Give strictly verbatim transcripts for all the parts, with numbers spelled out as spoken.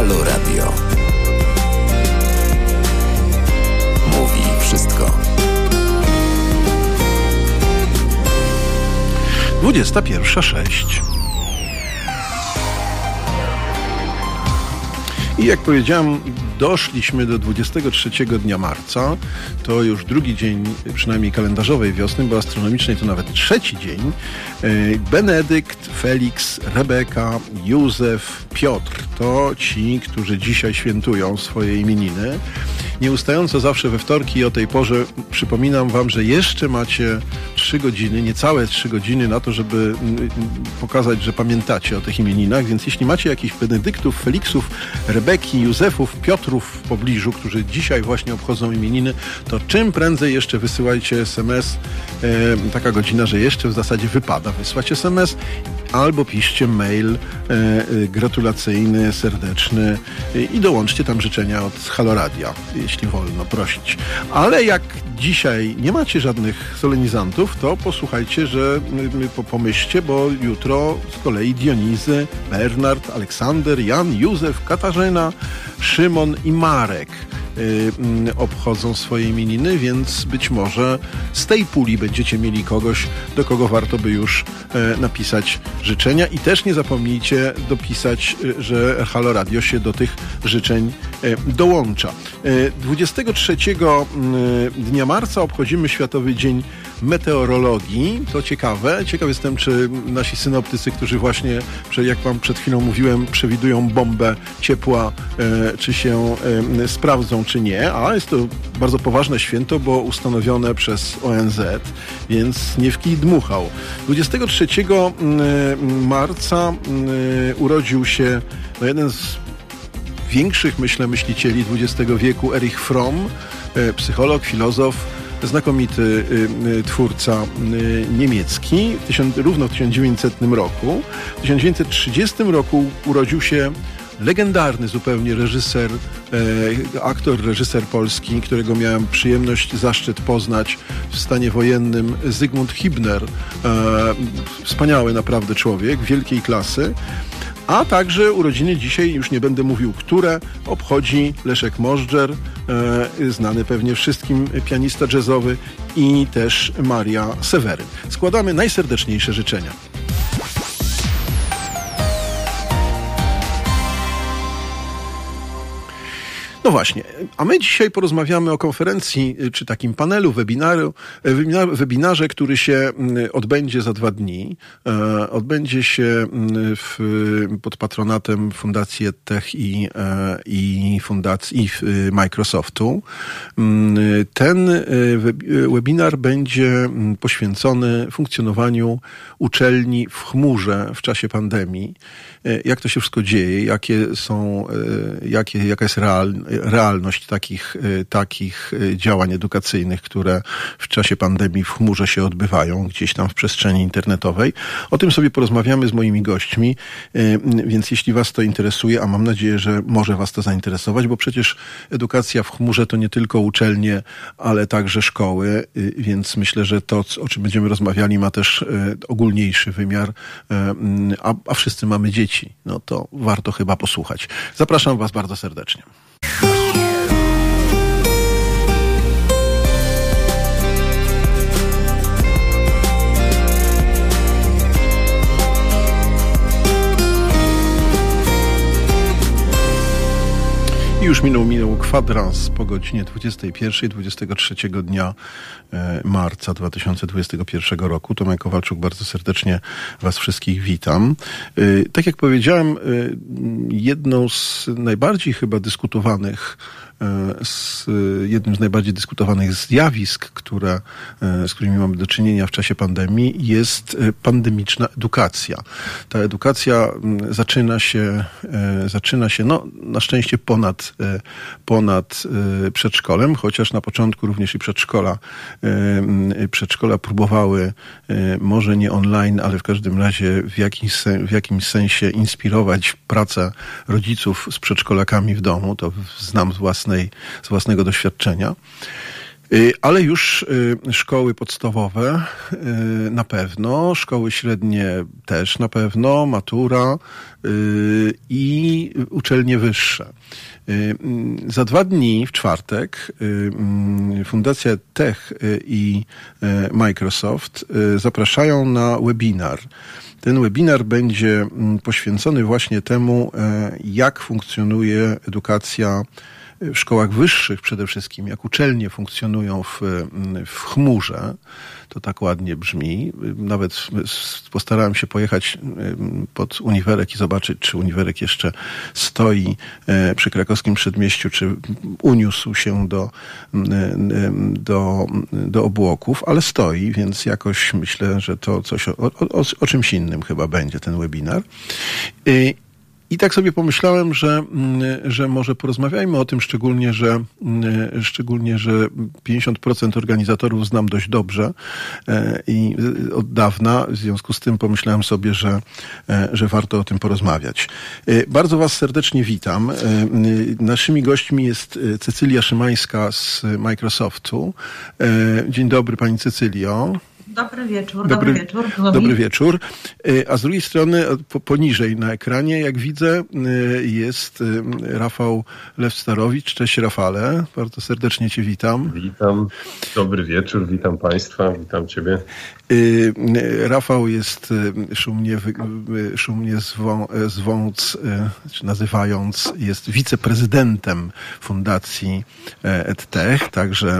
Halo Radio. Mówi wszystko. dwudziesta pierwsza sześć. I jak powiedziałem, doszliśmy do dwudziestego trzeciego dnia marca. To już drugi dzień, przynajmniej kalendarzowej wiosny, bo astronomicznej to nawet trzeci dzień. Benedykt, Felix, Rebeka, Józef, Piotr to ci, którzy dzisiaj świętują swoje imieniny. Nieustająco zawsze we wtorki o tej porze przypominam wam, że jeszcze macie trzy godziny, niecałe trzy godziny na to, żeby pokazać, że pamiętacie o tych imieninach, więc jeśli macie jakichś Benedyktów, Feliksów, Rebeki, Józefów, Piotrów w pobliżu, którzy dzisiaj właśnie obchodzą imieniny, to czym prędzej jeszcze wysyłajcie es em es. E, taka godzina, że jeszcze w zasadzie wypada wysłać es em es, albo piszcie mail e, e, gratulacyjny, serdeczny e, i dołączcie tam życzenia od Halo Radia, jeśli wolno prosić. Ale jak dzisiaj nie macie żadnych solenizantów, to posłuchajcie, że y, pomyślcie, bo jutro z kolei Dionizy, Bernard, Aleksander, Jan, Józef, Katarzyna, Szymon i Marek y, y, obchodzą swoje imieniny, więc być może z tej puli będziecie mieli kogoś, do kogo warto by już y, napisać życzenia. I też nie zapomnijcie dopisać, y, że Halo Radio się do tych życzeń y, dołącza. Y, dwudziestego trzeciego y, dnia marca obchodzimy Światowy Dzień Meteorologii. To ciekawe. Ciekaw jestem, czy nasi synoptycy, którzy właśnie, jak wam przed chwilą mówiłem, przewidują bombę ciepła, e, czy się e, sprawdzą, czy nie. A jest to bardzo poważne święto, bo ustanowione przez O N Z, więc nie w kij dmuchał. dwudziestego trzeciego marca e, urodził się no, jeden z większych, myślę, myślicieli dwudziestego wieku, Erich Fromm, e, psycholog, filozof, znakomity y, y, twórca y, niemiecki, tysiąc, równo w tysiąc dziewięćsetnym roku. W tysiąc dziewięćset trzydziestym roku urodził się legendarny zupełnie reżyser, e, aktor, reżyser polski, którego miałem przyjemność, zaszczyt poznać w stanie wojennym, Zygmunt Hibner. E, wspaniały naprawdę człowiek, wielkiej klasy. A także urodziny dzisiaj, już nie będę mówił które, obchodzi Leszek Możdżer, e, znany pewnie wszystkim pianista jazzowy, i też Maria Seweryn. Składamy najserdeczniejsze życzenia. No właśnie, a my dzisiaj porozmawiamy o konferencji, czy takim panelu, webinaru, webinarze, który się odbędzie za dwa dni. Odbędzie się w, pod patronatem Fundacji EdTech i, i Fundacji i Microsoftu. Ten webinar będzie poświęcony funkcjonowaniu uczelni w chmurze w czasie pandemii. Jak to się wszystko dzieje, jakie są, jakie, jaka jest real, realność takich, takich działań edukacyjnych, które w czasie pandemii w chmurze się odbywają, gdzieś tam w przestrzeni internetowej. O tym sobie porozmawiamy z moimi gośćmi, więc jeśli was to interesuje, a mam nadzieję, że może was to zainteresować, bo przecież edukacja w chmurze to nie tylko uczelnie, ale także szkoły, więc myślę, że to, o czym będziemy rozmawiali, ma też ogólniejszy wymiar, a, a wszyscy mamy dzieci. No to warto chyba posłuchać. Zapraszam was bardzo serdecznie. I już minął, minął kwadrans po godzinie dwudziestej pierwszej, dwudziestego trzeciego dnia marca dwa tysiące dwudziestego pierwszego roku. Tomek Kowalczuk, bardzo serdecznie was wszystkich witam. Tak jak powiedziałem, jedną z najbardziej chyba dyskutowanych z jednym z najbardziej dyskutowanych zjawisk, które, z którymi mamy do czynienia w czasie pandemii, jest pandemiczna edukacja. Ta edukacja zaczyna się, zaczyna się no, na szczęście ponad, ponad przedszkolem, chociaż na początku również i przedszkola, przedszkola próbowały może nie online, ale w każdym razie w jakimś, w jakimś sensie inspirować pracę rodziców z przedszkolakami w domu. To znam z własnej, z własnego doświadczenia. Ale już szkoły podstawowe na pewno, szkoły średnie też na pewno, matura i uczelnie wyższe. Za dwa dni, w czwartek, Fundacja Tech i Microsoft zapraszają na webinar. Ten webinar będzie poświęcony właśnie temu, jak funkcjonuje edukacja w szkołach wyższych przede wszystkim, jak uczelnie funkcjonują w, w chmurze. To tak ładnie brzmi. Nawet postarałem się pojechać pod Uniwerek i zobaczyć, czy Uniwerek jeszcze stoi przy krakowskim przedmieściu, czy uniósł się do, do, do obłoków, ale stoi, więc jakoś myślę, że to coś o, o, o czymś innym chyba będzie ten webinar. I tak sobie pomyślałem, że, że może porozmawiajmy o tym, szczególnie, że szczególnie, że pięćdziesiąt procent organizatorów znam dość dobrze i od dawna, w związku z tym pomyślałem sobie, że, że warto o tym porozmawiać. Bardzo Was serdecznie witam. Naszymi gośćmi jest Cecylia Szymańska z Microsoftu. Dzień dobry, Pani Cecylio. Dobry wieczór, dobry, dobry wieczór. Dobry wieczór. A z drugiej strony, poniżej na ekranie, jak widzę, jest Rafał Lew-Starowicz. Cześć, Rafale. Bardzo serdecznie Cię witam. Witam. Dobry wieczór. Witam Państwa. Witam Ciebie. Rafał jest szumnie, szumnie zwą, zwąc, czy nazywając, jest wiceprezydentem Fundacji EdTech, także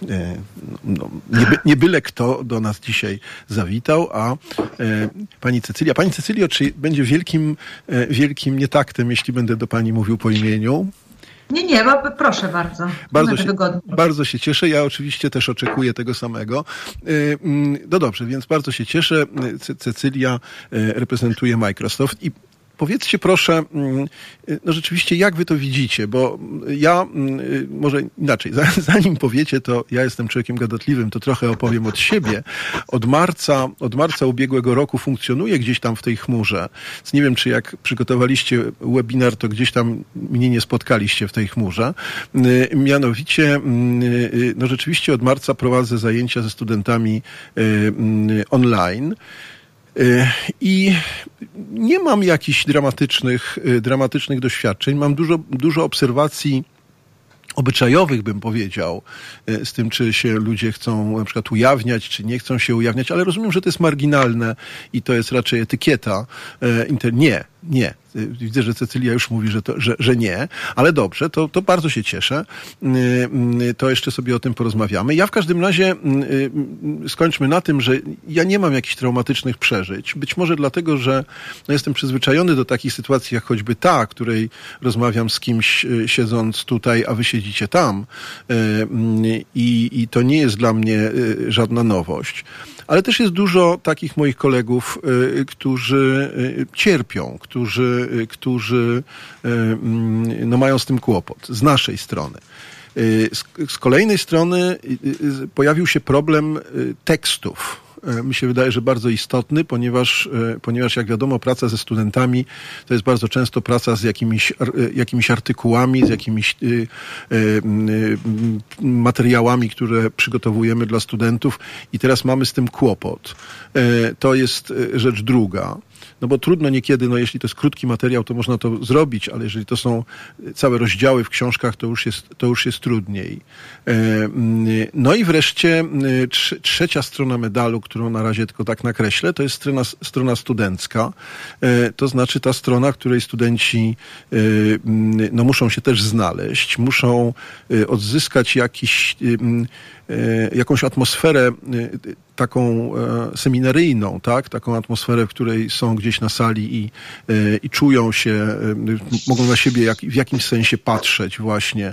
no, nie, by, nie byle kto do nas dzisiaj zawitał, a pani Cecylia. Pani Cecylio, czy będzie wielkim, wielkim nietaktem, jeśli będę do pani mówił po imieniu? Nie, nie, bo proszę bardzo. Bardzo się, bardzo się cieszę. Ja oczywiście też oczekuję tego samego. No dobrze, więc bardzo się cieszę. Cecylia reprezentuje Microsoft i powiedzcie proszę, no rzeczywiście, jak wy to widzicie, bo ja, może inaczej, zanim powiecie, to ja jestem człowiekiem gadatliwym, to trochę opowiem od siebie. Od marca, od marca ubiegłego roku funkcjonuję gdzieś tam w tej chmurze. Więc nie wiem, czy jak przygotowaliście webinar, to gdzieś tam mnie nie spotkaliście w tej chmurze. Mianowicie, no rzeczywiście od marca prowadzę zajęcia ze studentami online. I nie mam jakichś dramatycznych, dramatycznych doświadczeń. Mam dużo, dużo obserwacji obyczajowych, bym powiedział, z tym, czy się ludzie chcą na przykład ujawniać, czy nie chcą się ujawniać, ale rozumiem, że to jest marginalne i to jest raczej etykieta. Nie, nie. Widzę, że Cecylia już mówi, że, to, że, że nie, ale dobrze, to, to bardzo się cieszę. To jeszcze sobie o tym porozmawiamy. Ja w każdym razie skończmy na tym, że ja nie mam jakichś traumatycznych przeżyć. Być może dlatego, że no, jestem przyzwyczajony do takich sytuacji, jak choćby ta, której rozmawiam z kimś siedząc tutaj, a wy siedzicie tam. I, i to nie jest dla mnie żadna nowość. Ale też jest dużo takich moich kolegów, y, którzy y, cierpią, którzy, y, którzy y, y, no mają z tym kłopot, z naszej strony. Y, z, z kolejnej strony y, y, pojawił się problem y, tekstów. Mi się wydaje, że bardzo istotny, ponieważ, ponieważ jak wiadomo, praca ze studentami to jest bardzo często praca z jakimiś, jakimiś artykułami, z jakimiś y, y, y, materiałami, które przygotowujemy dla studentów i teraz mamy z tym kłopot. Y, to jest rzecz druga. No bo trudno niekiedy, no jeśli to jest krótki materiał, to można to zrobić, ale jeżeli to są całe rozdziały w książkach, to już jest, to już jest trudniej. No i wreszcie trzecia strona medalu, którą na razie tylko tak nakreślę, to jest strona, strona studencka. To znaczy ta strona, w której studenci no, muszą się też znaleźć, muszą odzyskać jakiś, jakąś atmosferę taką seminaryjną, tak? Taką atmosferę, w której są gdzieś na sali i, i czują się, mogą na siebie jak, w jakimś sensie patrzeć właśnie,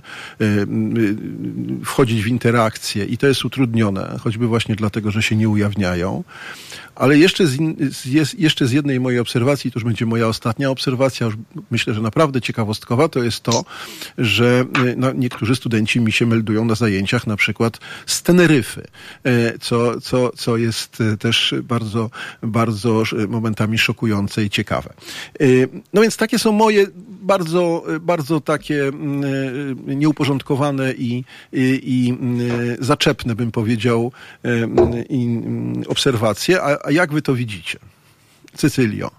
wchodzić w interakcję i to jest utrudnione, choćby właśnie dlatego, że się nie ujawniają. Ale jeszcze z, z, jeszcze z jednej mojej obserwacji, to już będzie moja ostatnia obserwacja, już myślę, że naprawdę ciekawostkowa, to jest to, że no, niektórzy studenci mi się meldują na zajęciach na przykład z Teneryfy, co, co, co jest też bardzo, bardzo momentami szokujące i ciekawe. No więc takie są moje bardzo, bardzo takie nieuporządkowane i, i, i zaczepne, bym powiedział, i obserwacje. A, a jak wy to widzicie? Cecylio.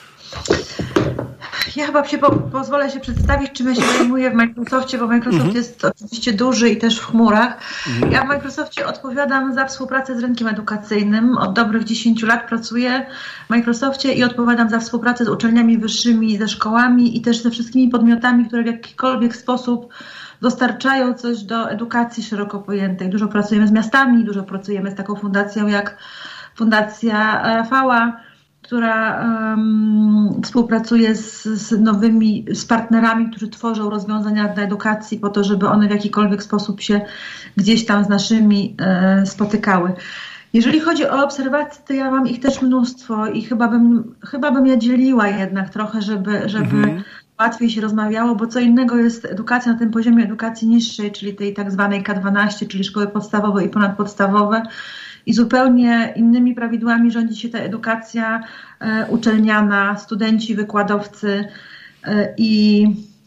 Ja chyba się po, pozwolę się przedstawić, czym ja się zajmuję w Microsoftie, bo Microsoft mm-hmm. jest oczywiście duży i też w chmurach. Mm-hmm. Ja w Microsoftie odpowiadam za współpracę z rynkiem edukacyjnym. Od dobrych dziesięciu lat pracuję w Microsoftie i odpowiadam za współpracę z uczelniami wyższymi, ze szkołami i też ze wszystkimi podmiotami, które w jakikolwiek sposób dostarczają coś do edukacji szeroko pojętej. Dużo pracujemy z miastami, dużo pracujemy z taką fundacją jak Fundacja Fała, która um, współpracuje z, z nowymi, z partnerami, którzy tworzą rozwiązania dla edukacji po to, żeby one w jakikolwiek sposób się gdzieś tam z naszymi e, spotykały. Jeżeli chodzi o obserwacje, to ja mam ich też mnóstwo i chyba bym, chyba bym je dzieliła jednak trochę, żeby, żeby mhm. łatwiej się rozmawiało, bo co innego jest edukacja na tym poziomie edukacji niższej, czyli tej tak zwanej K dwanaście, czyli szkoły podstawowe i ponadpodstawowe. I zupełnie innymi prawidłami rządzi się ta edukacja e, uczelniana, studenci, wykładowcy e, i,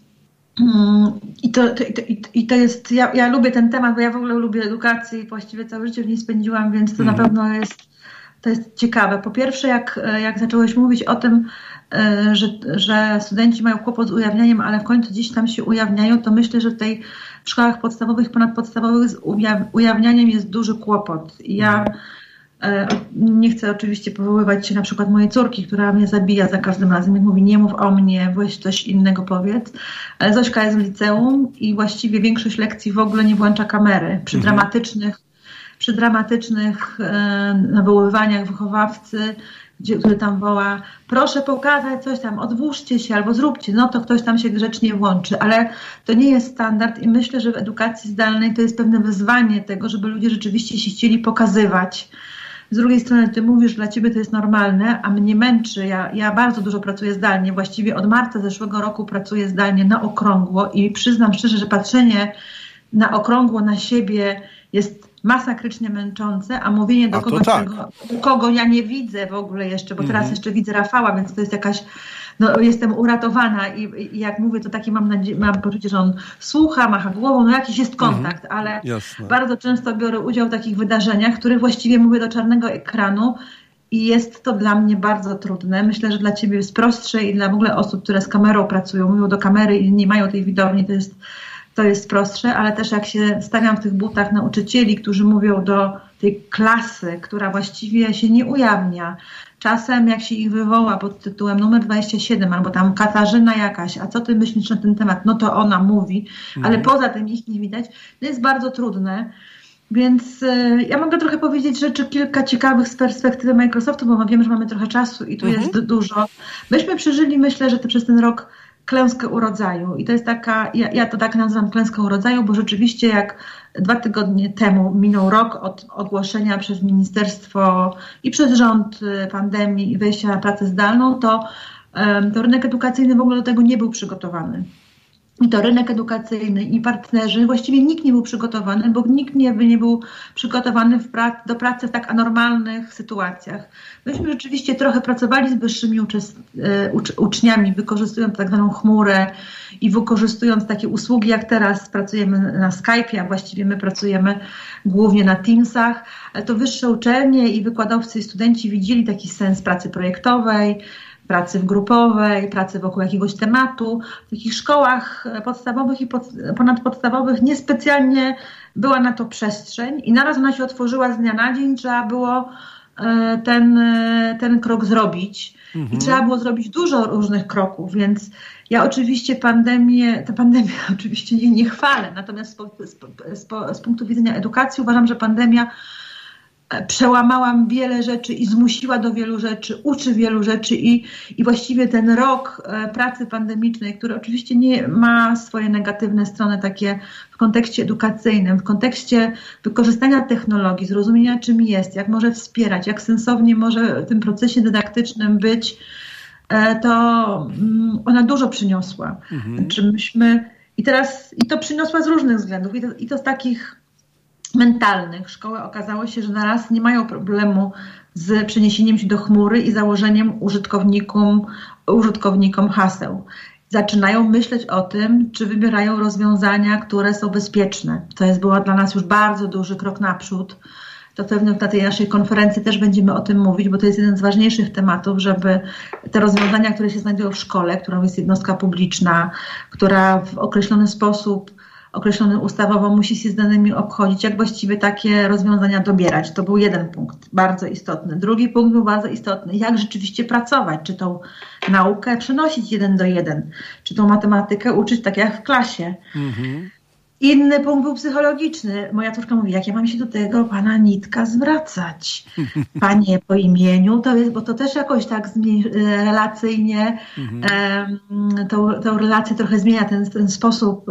mm, i, to, to, i, to, i to jest, ja, ja lubię ten temat, bo ja w ogóle lubię edukację i właściwie całe życie w niej spędziłam, więc to mm. na pewno jest, to jest ciekawe. Po pierwsze, jak, jak zacząłeś mówić o tym, e, że, że studenci mają kłopot z ujawnianiem, ale w końcu gdzieś tam się ujawniają, to myślę, że tej w szkołach podstawowych, ponadpodstawowych z ujawnianiem jest duży kłopot. I ja e, nie chcę oczywiście powoływać się na przykład mojej córki, która mnie zabija za każdym razem, jak mówi nie mów o mnie, weź coś innego powiedz. Ale Zośka jest w liceum i właściwie większość lekcji w ogóle nie włącza kamery. Przy mhm. dramatycznych, przy dramatycznych e, nawoływaniach wychowawcy, Gdzie, który tam woła, proszę pokazać coś tam, odwłóżcie się albo zróbcie, no to ktoś tam się grzecznie włączy, ale to nie jest standard i myślę, że w edukacji zdalnej to jest pewne wyzwanie tego, żeby ludzie rzeczywiście się chcieli pokazywać. Z drugiej strony ty mówisz, że dla ciebie to jest normalne, a mnie męczy. Ja, ja bardzo dużo pracuję zdalnie, właściwie od marca zeszłego roku pracuję zdalnie na okrągło i przyznam szczerze, że patrzenie na okrągło na siebie jest masakrycznie męczące, a mówienie do a kogoś, tak. czego, kogo ja nie widzę w ogóle jeszcze, bo mm-hmm. teraz jeszcze widzę Rafała, więc to jest jakaś, no jestem uratowana i, i jak mówię, to takie mam nadzieję, mam poczucie, że on słucha, macha głową, no jakiś jest kontakt, mm-hmm. ale Jasne. Bardzo często biorę udział w takich wydarzeniach, w których właściwie mówię do czarnego ekranu i jest to dla mnie bardzo trudne. Myślę, że dla ciebie jest prostsze i dla w ogóle osób, które z kamerą pracują, mówią do kamery i nie mają tej widowni, to jest To jest prostsze, ale też jak się stawiam w tych butach nauczycieli, którzy mówią do tej klasy, która właściwie się nie ujawnia. Czasem jak się ich wywoła pod tytułem numer dwadzieścia siedem albo tam Katarzyna jakaś, a co ty myślisz na ten temat? No to ona mówi, mhm. ale poza tym ich nie widać. To jest bardzo trudne. Więc y, ja mogę trochę powiedzieć rzeczy, kilka ciekawych z perspektywy Microsoftu, bo wiem, że mamy trochę czasu i tu mhm. jest dużo. Myśmy przeżyli, myślę, że to przez ten rok klęskę urodzaju. I to jest taka, ja, ja to tak nazywam klęskę urodzaju, bo rzeczywiście jak dwa tygodnie temu minął rok od ogłoszenia przez ministerstwo i przez rząd pandemii i wejścia na pracę zdalną, to, to rynek edukacyjny w ogóle do tego nie był przygotowany. I to rynek edukacyjny i partnerzy, właściwie nikt nie był przygotowany, bo nikt nie, nie był przygotowany w prac, do pracy w tak anormalnych sytuacjach. Myśmy rzeczywiście trochę pracowali z wyższymi uczest, ucz, uczniami, wykorzystując tak zwaną chmurę i wykorzystując takie usługi, jak teraz pracujemy na Skype'ie, a właściwie my pracujemy głównie na Teamsach, ale to wyższe uczelnie i wykładowcy i studenci widzieli taki sens pracy projektowej, pracy w grupowej, pracy wokół jakiegoś tematu. W takich szkołach podstawowych i pod, ponadpodstawowych niespecjalnie była na to przestrzeń i naraz ona się otworzyła z dnia na dzień. Trzeba było ten, ten krok zrobić mhm. i trzeba było zrobić dużo różnych kroków, więc ja oczywiście pandemię, tę pandemię oczywiście nie, nie chwalę, natomiast z, z, z, z punktu widzenia edukacji uważam, że pandemia przełamałam wiele rzeczy i zmusiła do wielu rzeczy, uczy wielu rzeczy i, i właściwie ten rok pracy pandemicznej, który oczywiście nie ma swoje negatywne strony takie w kontekście edukacyjnym, w kontekście wykorzystania technologii, zrozumienia czym jest, jak może wspierać, jak sensownie może w tym procesie dydaktycznym być, to ona dużo przyniosła. Mhm. Czy myśmy, i teraz i to przyniosła z różnych względów i to, i to z takich mentalnych. Szkoły okazało się, że na raz nie mają problemu z przeniesieniem się do chmury i założeniem użytkownikom, użytkownikom haseł. zaczynają myśleć o tym, czy wybierają rozwiązania, które są bezpieczne. To jest była dla nas już bardzo duży krok naprzód. To pewnie na tej naszej konferencji też będziemy o tym mówić, bo to jest jeden z ważniejszych tematów, żeby te rozwiązania, które się znajdują w szkole, którą jest jednostka publiczna, która w określony sposób, określony ustawowo musi się z danymi obchodzić, jak właściwie takie rozwiązania dobierać. To był jeden punkt, bardzo istotny. Drugi punkt był bardzo istotny, jak rzeczywiście pracować, czy tą naukę przenosić jeden do jeden, czy tą matematykę uczyć tak jak w klasie. Mhm. Inny punkt był psychologiczny. Moja córka mówi, jak ja mam się do tego pana Nitka zwracać? Panie po imieniu, to jest, bo to też jakoś tak zmi- relacyjnie mhm. um, tą, tą relację trochę zmienia, ten, ten sposób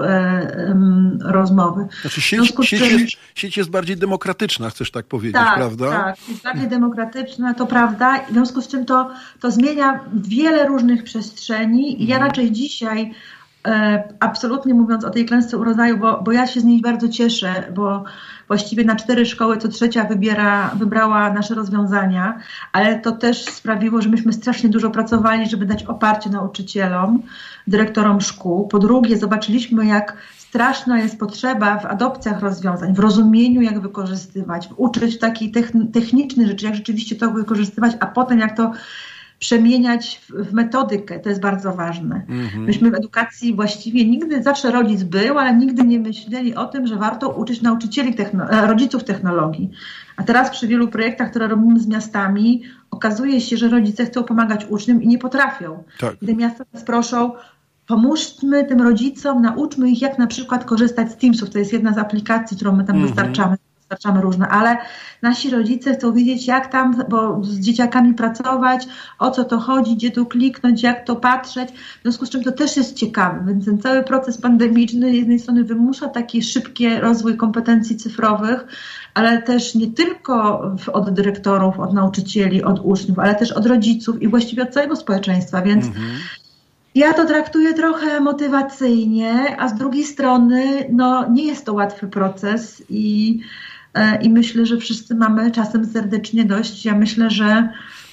um, rozmowy. Znaczy sieć, sieć, czym... jest, sieć jest bardziej demokratyczna, chcesz tak powiedzieć, tak, prawda? Tak, jest bardziej demokratyczna, to prawda. W związku z czym to, to zmienia wiele różnych przestrzeni i ja mhm. raczej dzisiaj absolutnie mówiąc o tej klęsce urodzaju, bo, bo ja się z niej bardzo cieszę, bo właściwie na cztery szkoły co trzecia wybiera, wybrała nasze rozwiązania, ale to też sprawiło, że myśmy strasznie dużo pracowali, żeby dać oparcie nauczycielom, dyrektorom szkół. Po drugie, zobaczyliśmy, jak straszna jest potrzeba w adopcjach rozwiązań, w rozumieniu, jak wykorzystywać, uczyć takich technicznych rzeczy, jak rzeczywiście to wykorzystywać, a potem jak to przemieniać w, w metodykę, to jest bardzo ważne. Mm-hmm. Myśmy w edukacji właściwie nigdy, zawsze rodzic był, ale nigdy nie myśleli o tym, że warto uczyć nauczycieli, techno, rodziców technologii. A teraz przy wielu projektach, które robimy z miastami, okazuje się, że rodzice chcą pomagać uczniom i nie potrafią. Tak. Gdy miasta nas proszą, pomóżmy tym rodzicom, nauczmy ich, jak na przykład korzystać z Teamsów. To jest jedna z aplikacji, którą my tam mm-hmm. dostarczamy. Dostarczamy różne, ale nasi rodzice chcą wiedzieć, jak tam bo z dzieciakami pracować, o co to chodzi, gdzie tu kliknąć, jak to patrzeć. W związku z czym to też jest ciekawe, więc ten cały proces pandemiczny z jednej strony wymusza taki szybki rozwój kompetencji cyfrowych, ale też nie tylko od dyrektorów, od nauczycieli, od uczniów, ale też od rodziców i właściwie od całego społeczeństwa, więc mhm. ja to traktuję trochę motywacyjnie, a z drugiej strony no, nie jest to łatwy proces i, e, i myślę, że wszyscy mamy czasem serdecznie dość. Ja myślę, że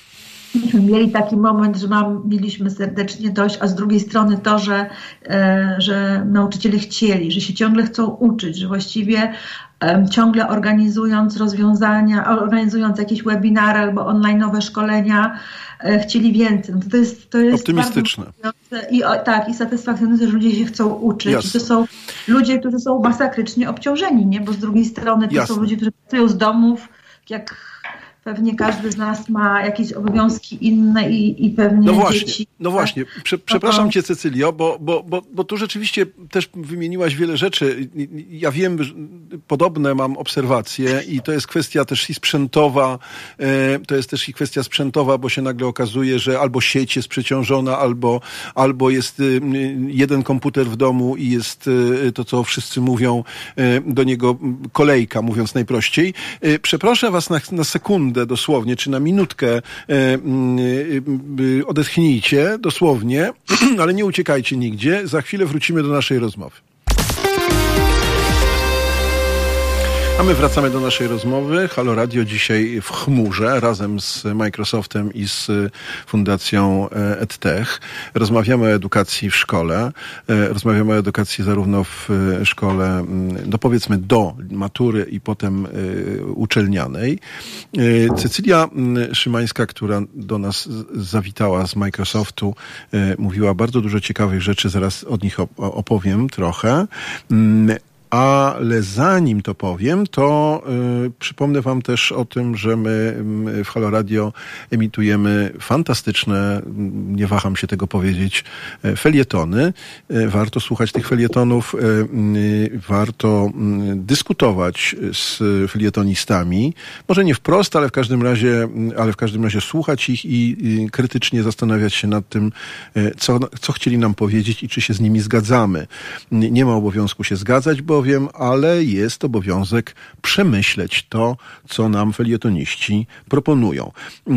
myśmy mieli taki moment, że mam, mieliśmy serdecznie dość, a z drugiej strony to, że, e, że nauczyciele chcieli, że się ciągle chcą uczyć, że właściwie e, ciągle organizując rozwiązania, organizując jakieś webinary albo online'owe szkolenia, chcieli więcej. No to jest, to jest optymistyczne. I, o, tak, i satysfakcjonujące, że ludzie się chcą uczyć. Jasne. I to są ludzie, którzy są masakrycznie obciążeni, nie? Bo z drugiej strony to Jasne. Są ludzie, którzy pracują z domów, jak pewnie każdy z nas ma jakieś obowiązki inne i, i pewnie no właśnie, dzieci. No właśnie, Prze, przepraszam Cię, Cecylio, bo, bo, bo, bo tu rzeczywiście też wymieniłaś wiele rzeczy. Ja wiem, że podobne mam obserwacje i to jest kwestia też i sprzętowa, to jest też i kwestia sprzętowa, bo się nagle okazuje, że albo sieć jest przeciążona, albo, albo jest jeden komputer w domu i jest to, co wszyscy mówią, do niego kolejka, mówiąc najprościej. Przeproszę Was na, na sekundę, dosłownie, czy na minutkę e, e, e, odetchnijcie, dosłownie, ale nie uciekajcie nigdzie. Za chwilę wrócimy do naszej rozmowy. A my wracamy do naszej rozmowy. Halo Radio dzisiaj w chmurze razem z Microsoftem i z Fundacją EdTech. Rozmawiamy o edukacji w szkole. Rozmawiamy o edukacji zarówno w szkole, no powiedzmy do matury i potem uczelnianej. Cecylia Szymańska, która do nas zawitała z Microsoftu, mówiła bardzo dużo ciekawych rzeczy. Zaraz od nich opowiem trochę. Ale zanim to powiem, to y, przypomnę Wam też o tym, że my y, w Halo Radio emitujemy fantastyczne, nie waham się tego powiedzieć, y, felietony. Y, warto słuchać tych felietonów, y, y, warto y, dyskutować z felietonistami. Może nie wprost, ale w każdym razie, ale w każdym razie słuchać ich i y, krytycznie zastanawiać się nad tym, y, co, co chcieli nam powiedzieć i czy się z nimi zgadzamy. Nie, nie ma obowiązku się zgadzać, bo wiem, ale jest obowiązek przemyśleć to, co nam felietoniści proponują.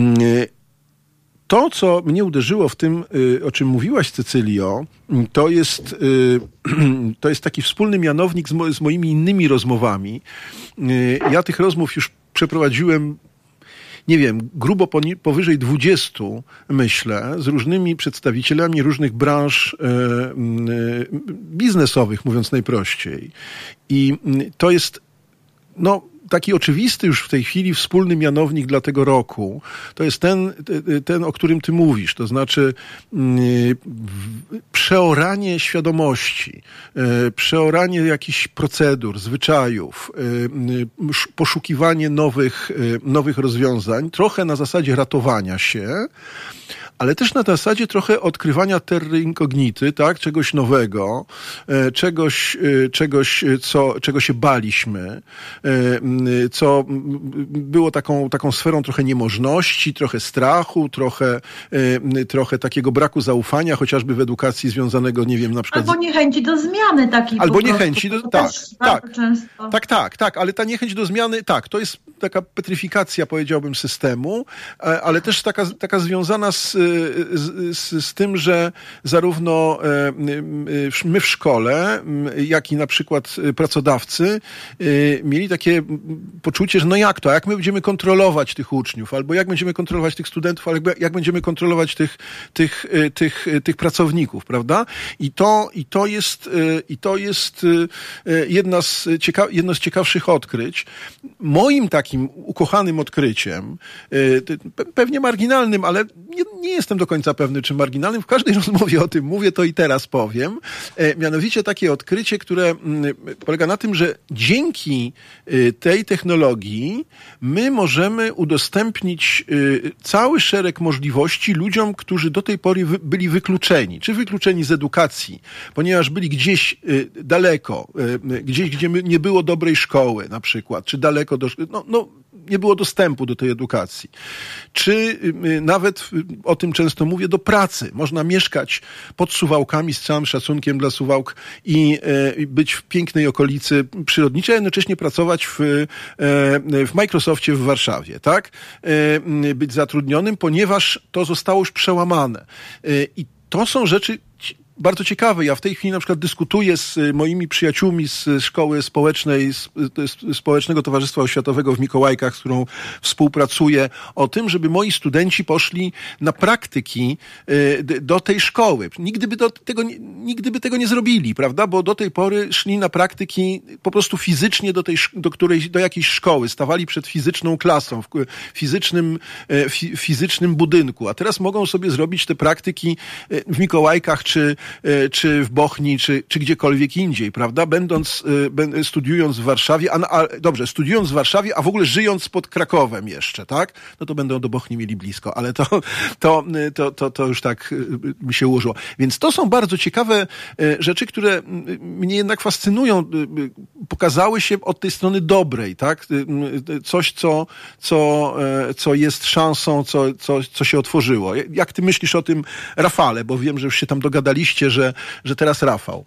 To, co mnie uderzyło w tym, o czym mówiłaś, Cecylio, to jest, to jest taki wspólny mianownik z, mo- z moimi innymi rozmowami. Ja tych rozmów już przeprowadziłem nie wiem, grubo poni- powyżej dwudziestu, myślę, z różnymi przedstawicielami różnych branż e, e, biznesowych, mówiąc najprościej. I to jest, no, taki oczywisty już w tej chwili wspólny mianownik dla tego roku, to jest ten, ten o którym ty mówisz, to znaczy yy, przeoranie świadomości, yy, przeoranie jakichś procedur, zwyczajów, yy, poszukiwanie nowych, yy, nowych rozwiązań, trochę na zasadzie ratowania się, ale też na zasadzie trochę odkrywania terry incognity, tak, czegoś nowego, e, czegoś, e, czegoś co, czego się baliśmy, e, co było taką, taką sferą trochę niemożności, trochę strachu, trochę, e, trochę takiego braku zaufania, chociażby w edukacji związanego, nie wiem, na przykład... Albo niechęci do zmiany takiej. Albo po prostu, niechęci do... Tak, tak, często... tak, tak, tak, ale ta niechęć do zmiany, tak, to jest taka petryfikacja, powiedziałbym, systemu, ale też taka, taka związana z, z, z, z tym, że zarówno my w szkole, jak i na przykład pracodawcy mieli takie poczucie, że no jak to, jak my będziemy kontrolować tych uczniów, albo jak będziemy kontrolować tych studentów, albo jak będziemy kontrolować tych, tych, tych, tych pracowników, prawda? I to, i to jest, i to jest jedna z cieka- jedno z ciekawszych odkryć. Moim takim ukochanym odkryciem, pewnie marginalnym, ale nie, nie jestem do końca pewny, czy marginalnym, w każdej rozmowie o tym mówię, to i teraz powiem. Mianowicie takie odkrycie, które polega na tym, że dzięki tej technologii my możemy udostępnić cały szereg możliwości ludziom, którzy do tej pory wy, byli wykluczeni. Czy wykluczeni z edukacji, ponieważ byli gdzieś daleko, gdzieś, gdzie nie było dobrej szkoły na przykład, czy daleko do szkoły, no, no nie było dostępu do tej edukacji. Czy nawet, o tym często mówię, do pracy. Można mieszkać pod Suwałkami z całym szacunkiem dla Suwałk i e, być w pięknej okolicy przyrodniczej, a jednocześnie pracować w, e, w Microsoftie w Warszawie, tak? E, być zatrudnionym, ponieważ to zostało już przełamane. E, I to są rzeczy bardzo ciekawe. Ja w tej chwili na przykład dyskutuję z moimi przyjaciółmi z Szkoły Społecznej, z, z Społecznego Towarzystwa Oświatowego w Mikołajkach, z którą współpracuję, o tym, żeby moi studenci poszli na praktyki do tej szkoły. Nigdy by, do tego, nigdy by tego nie zrobili, prawda? Bo do tej pory szli na praktyki po prostu fizycznie do tej, do której, do jakiejś szkoły. Stawali przed fizyczną klasą, w fizycznym, fi, fizycznym budynku. A teraz mogą sobie zrobić te praktyki w Mikołajkach, czy czy w Bochni, czy, czy gdziekolwiek indziej, prawda? Będąc, studiując w Warszawie, a, a dobrze, studiując w Warszawie, a w ogóle żyjąc pod Krakowem jeszcze, tak? No to będą do Bochni mieli blisko, ale to, to, to, to, to już tak mi się ułożyło. Więc to są bardzo ciekawe rzeczy, które mnie jednak fascynują. Pokazały się od tej strony dobrej, tak? Coś, co, co, co jest szansą, co, co, co się otworzyło. Jak ty myślisz o tym, Rafale? Bo wiem, że już się tam dogadaliście, Że, że teraz Rafał.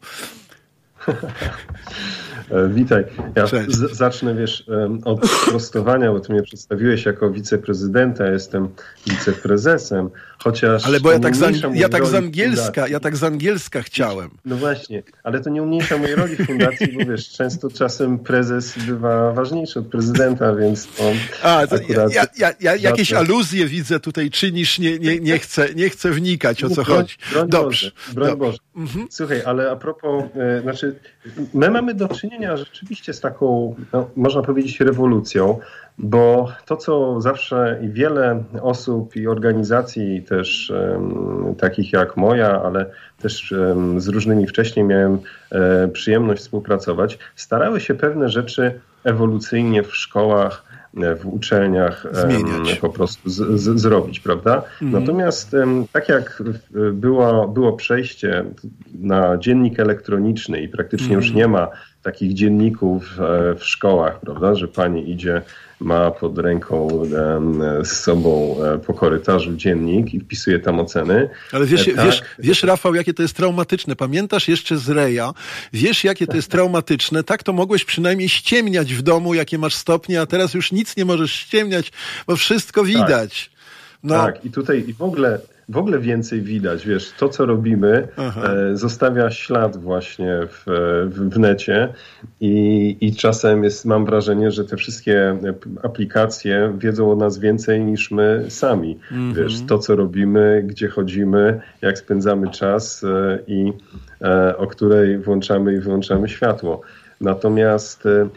Witaj. Ja z, zacznę, wiesz, od sprostowania, bo ty mnie przedstawiłeś jako wiceprezydenta, ja jestem wiceprezesem, chociaż... Ale bo ja tak, za, ja, tak z angielska, ja tak z angielska chciałem. No właśnie, ale to nie umniejsza mojej roli w fundacji, bo wiesz, często czasem prezes bywa ważniejszy od prezydenta, więc to A, to ja, ja, ja, ja jakieś aluzje widzę tutaj czynisz, nie, nie, nie, chcę, nie chcę wnikać, o co broń, chodzi. Broń Dobrze. Boże, broń Dobrze. Boże. Mhm. Słuchaj, ale a propos, e, znaczy, my mamy do czynienia rzeczywiście z taką, no, można powiedzieć, rewolucją, bo to, co zawsze i wiele osób i organizacji też um, takich jak moja, ale też um, z różnymi wcześniej miałem um, przyjemność współpracować, starały się pewne rzeczy ewolucyjnie w szkołach, w uczelniach um, po prostu z, z, zrobić, prawda? Mhm. Natomiast um, tak jak było, było przejście na dziennik elektroniczny i praktycznie mhm. już nie ma takich dzienników w szkołach, prawda, że pani idzie, ma pod ręką z sobą po korytarzu dziennik i wpisuje tam oceny. Ale wiesz, tak. wiesz, wiesz, Rafał, jakie to jest traumatyczne. Pamiętasz jeszcze z Reja? Wiesz, jakie to jest traumatyczne? Tak to mogłeś przynajmniej ściemniać w domu, jakie masz stopnie, a teraz już nic nie możesz ściemniać, bo wszystko widać. No. Tak, i tutaj i w ogóle, w ogóle więcej widać, wiesz, to co robimy e, zostawia ślad właśnie w, w, w necie i, i czasem jest, mam wrażenie, że te wszystkie aplikacje wiedzą o nas więcej niż my sami. Mm-hmm. Wiesz, to co robimy, gdzie chodzimy, jak spędzamy czas e, i e, o której włączamy i wyłączamy światło. Natomiast e,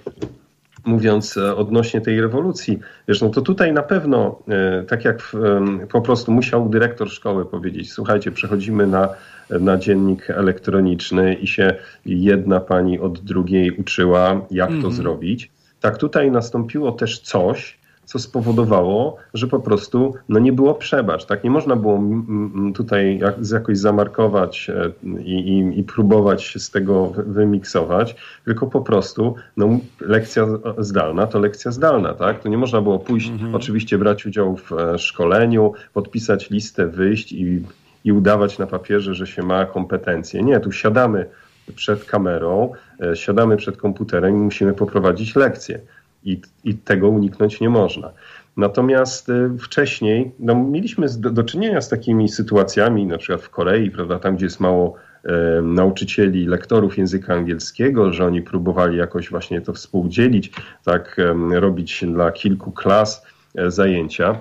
mówiąc odnośnie tej rewolucji, wiesz, no to tutaj na pewno, e, tak jak w, e, po prostu musiał dyrektor szkoły powiedzieć, słuchajcie, przechodzimy na, na dziennik elektroniczny i się jedna pani od drugiej uczyła, jak mm-hmm. to zrobić. Tak tutaj nastąpiło też coś, co spowodowało, że po prostu no nie było przebacz. Tak? Nie można było tutaj jak, jakoś zamarkować i, i, i próbować się z tego wymiksować, tylko po prostu no, lekcja zdalna to lekcja zdalna. Tak? To nie można było pójść, mhm. oczywiście brać udział w szkoleniu, podpisać listę, wyjść i, i udawać na papierze, że się ma kompetencje. Nie, tu siadamy przed kamerą, siadamy przed komputerem i musimy poprowadzić lekcję. I, I tego uniknąć nie można. Natomiast y, wcześniej no, mieliśmy do, do czynienia z takimi sytuacjami, na przykład w Korei, prawda, tam gdzie jest mało y, nauczycieli, lektorów języka angielskiego, że oni próbowali jakoś właśnie to współdzielić, tak y, robić dla kilku klas y, zajęcia.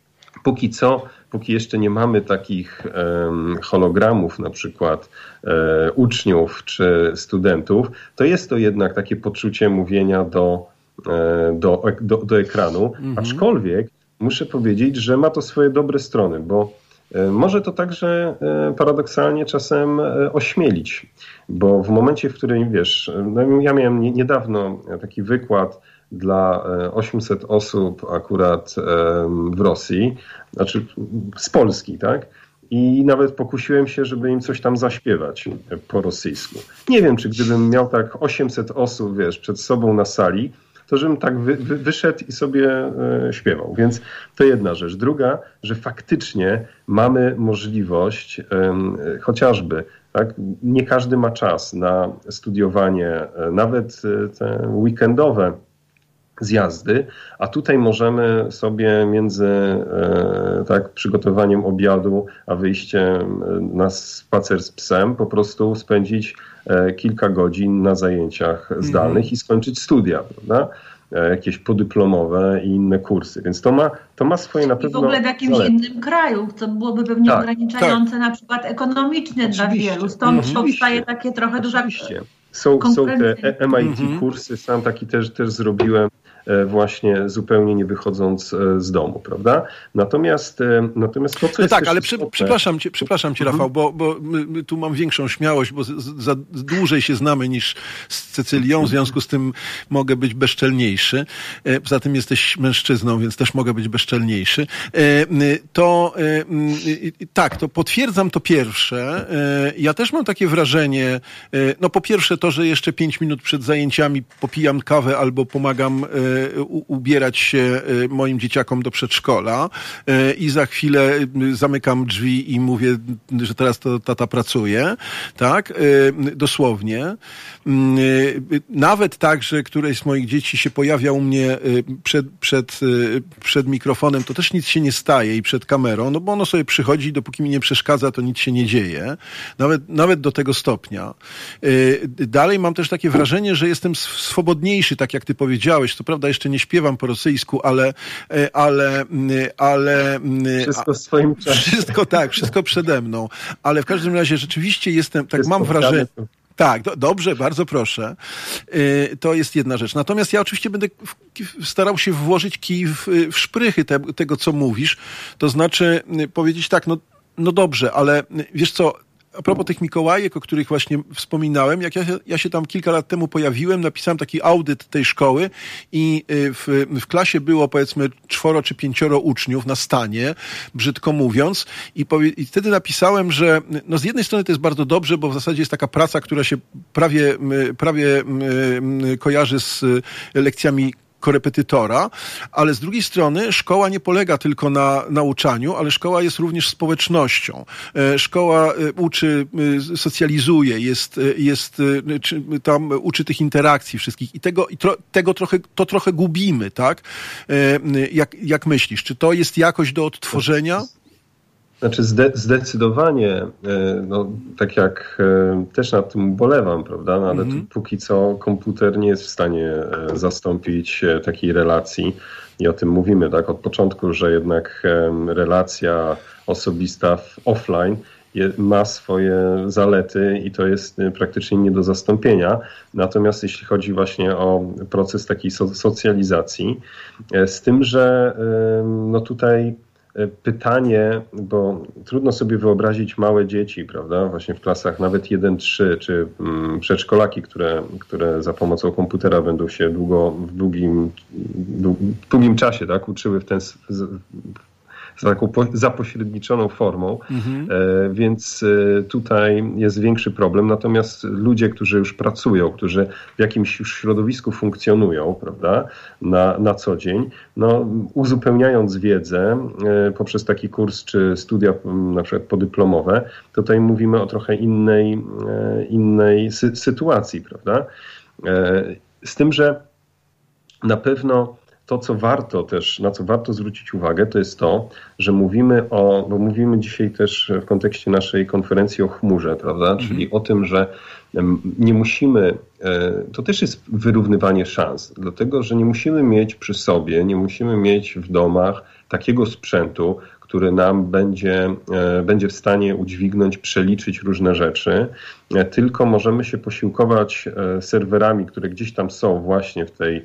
Póki co, póki jeszcze nie mamy takich um, hologramów, na przykład um, uczniów czy studentów, to jest to jednak takie poczucie mówienia do Do, do, do ekranu, mhm. aczkolwiek muszę powiedzieć, że ma to swoje dobre strony, bo może to także paradoksalnie czasem ośmielić, bo w momencie, w którym, wiesz, no ja miałem niedawno taki wykład dla osiemset osób akurat w Rosji, znaczy z Polski, tak? I nawet pokusiłem się, żeby im coś tam zaśpiewać po rosyjsku. Nie wiem, czy gdybym miał tak osiemset osób, wiesz, przed sobą na sali, to żebym tak wy, wy, wyszedł i sobie e, śpiewał. Więc to jedna rzecz. Druga, że faktycznie mamy możliwość e, chociażby, tak, nie każdy ma czas na studiowanie, e, nawet e, te weekendowe zjazdy, a tutaj możemy sobie między e, tak, przygotowaniem obiadu, a wyjściem na spacer z psem po prostu spędzić e, kilka godzin na zajęciach zdalnych mm. i skończyć studia, prawda? E, jakieś podyplomowe i inne kursy. Więc to ma, to ma swoje na pewno... I w ogóle w jakimś zalety. Innym kraju, co byłoby pewnie tak, ograniczające tak. na przykład ekonomicznie Oczywiście. Dla wielu. Stąd mm. powstaje takie trochę duża... Są, są te M I T mm-hmm. kursy, sam taki też, też zrobiłem właśnie zupełnie nie wychodząc z domu, prawda? Natomiast, natomiast to, co no jest tak, ale przy, przepraszam cię, przepraszam cię, Rafał, bo, bo my tu mam większą śmiałość, bo za dłużej się znamy niż z Cecylią, w związku z tym mogę być bezczelniejszy. Poza tym jesteś mężczyzną, więc też mogę być bezczelniejszy. To tak, to potwierdzam to pierwsze. Ja też mam takie wrażenie, no po pierwsze to, że jeszcze pięć minut przed zajęciami popijam kawę albo pomagam ubierać się moim dzieciakom do przedszkola i za chwilę zamykam drzwi i mówię, że teraz to tata pracuje, tak, dosłownie. Nawet tak, że któreś z moich dzieci się pojawia u mnie przed, przed, przed mikrofonem, to też nic się nie staje i przed kamerą, no bo ono sobie przychodzi, dopóki mi nie przeszkadza, to nic się nie dzieje. Nawet, nawet do tego stopnia. Dalej mam też takie wrażenie, że jestem swobodniejszy, tak jak ty powiedziałeś. Co prawda jeszcze nie śpiewam po rosyjsku, ale... ale, ale wszystko w swoim czasie. Wszystko tak, wszystko przede mną. Ale w każdym razie rzeczywiście jestem, tak wszystko mam wrażenie... Tak, do, dobrze, bardzo proszę. Yy, to jest jedna rzecz. Natomiast ja oczywiście będę w, w, starał się włożyć kij w, w szprychy te, tego, co mówisz. To znaczy yy, powiedzieć tak, no, no dobrze, ale yy, wiesz co, a propos tych Mikołajek, o których właśnie wspominałem, jak ja, ja się tam kilka lat temu pojawiłem, napisałem taki audyt tej szkoły i w, w klasie było powiedzmy czworo czy pięcioro uczniów na stanie, brzydko mówiąc, i, powie, i wtedy napisałem, że no z jednej strony to jest bardzo dobrze, bo w zasadzie jest taka praca, która się prawie, prawie kojarzy z lekcjami korepetytora, ale z drugiej strony szkoła nie polega tylko na nauczaniu, ale szkoła jest również społecznością. Szkoła uczy, socjalizuje, jest, jest tam uczy tych interakcji wszystkich i tego, i tro, tego trochę, to trochę gubimy, tak? Jak, jak myślisz, czy to jest jakoś do odtworzenia? Znaczy zde, zdecydowanie, no, tak jak też nad tym ubolewam, prawda, no, ale mm-hmm. póki co komputer nie jest w stanie zastąpić takiej relacji i o tym mówimy tak od początku, że jednak relacja osobista w offline ma swoje zalety i to jest praktycznie nie do zastąpienia. Natomiast jeśli chodzi właśnie o proces takiej so, socjalizacji, z tym, że no tutaj pytanie, bo trudno sobie wyobrazić małe dzieci, prawda, właśnie w klasach nawet jeden trzy, czy mm, przedszkolaki, które, które za pomocą komputera będą się długo, w długim, długim czasie, tak, uczyły w ten z taką po, zapośredniczoną formą, mhm. e, więc e, tutaj jest większy problem. Natomiast ludzie, którzy już pracują, którzy w jakimś już środowisku funkcjonują, prawda, na, na co dzień, no, uzupełniając wiedzę e, poprzez taki kurs czy studia m, na przykład podyplomowe, tutaj mówimy o trochę innej, e, innej sy- sytuacji, prawda. E, z tym, że na pewno to, co warto też, na co warto zwrócić uwagę, to jest to, że mówimy o, bo mówimy dzisiaj też w kontekście naszej konferencji o chmurze, prawda? Mhm. Czyli o tym, że nie musimy, to też jest wyrównywanie szans, dlatego, że nie musimy mieć przy sobie, nie musimy mieć w domach takiego sprzętu, który nam będzie, będzie w stanie udźwignąć, przeliczyć różne rzeczy, tylko możemy się posiłkować serwerami, które gdzieś tam są właśnie w tej,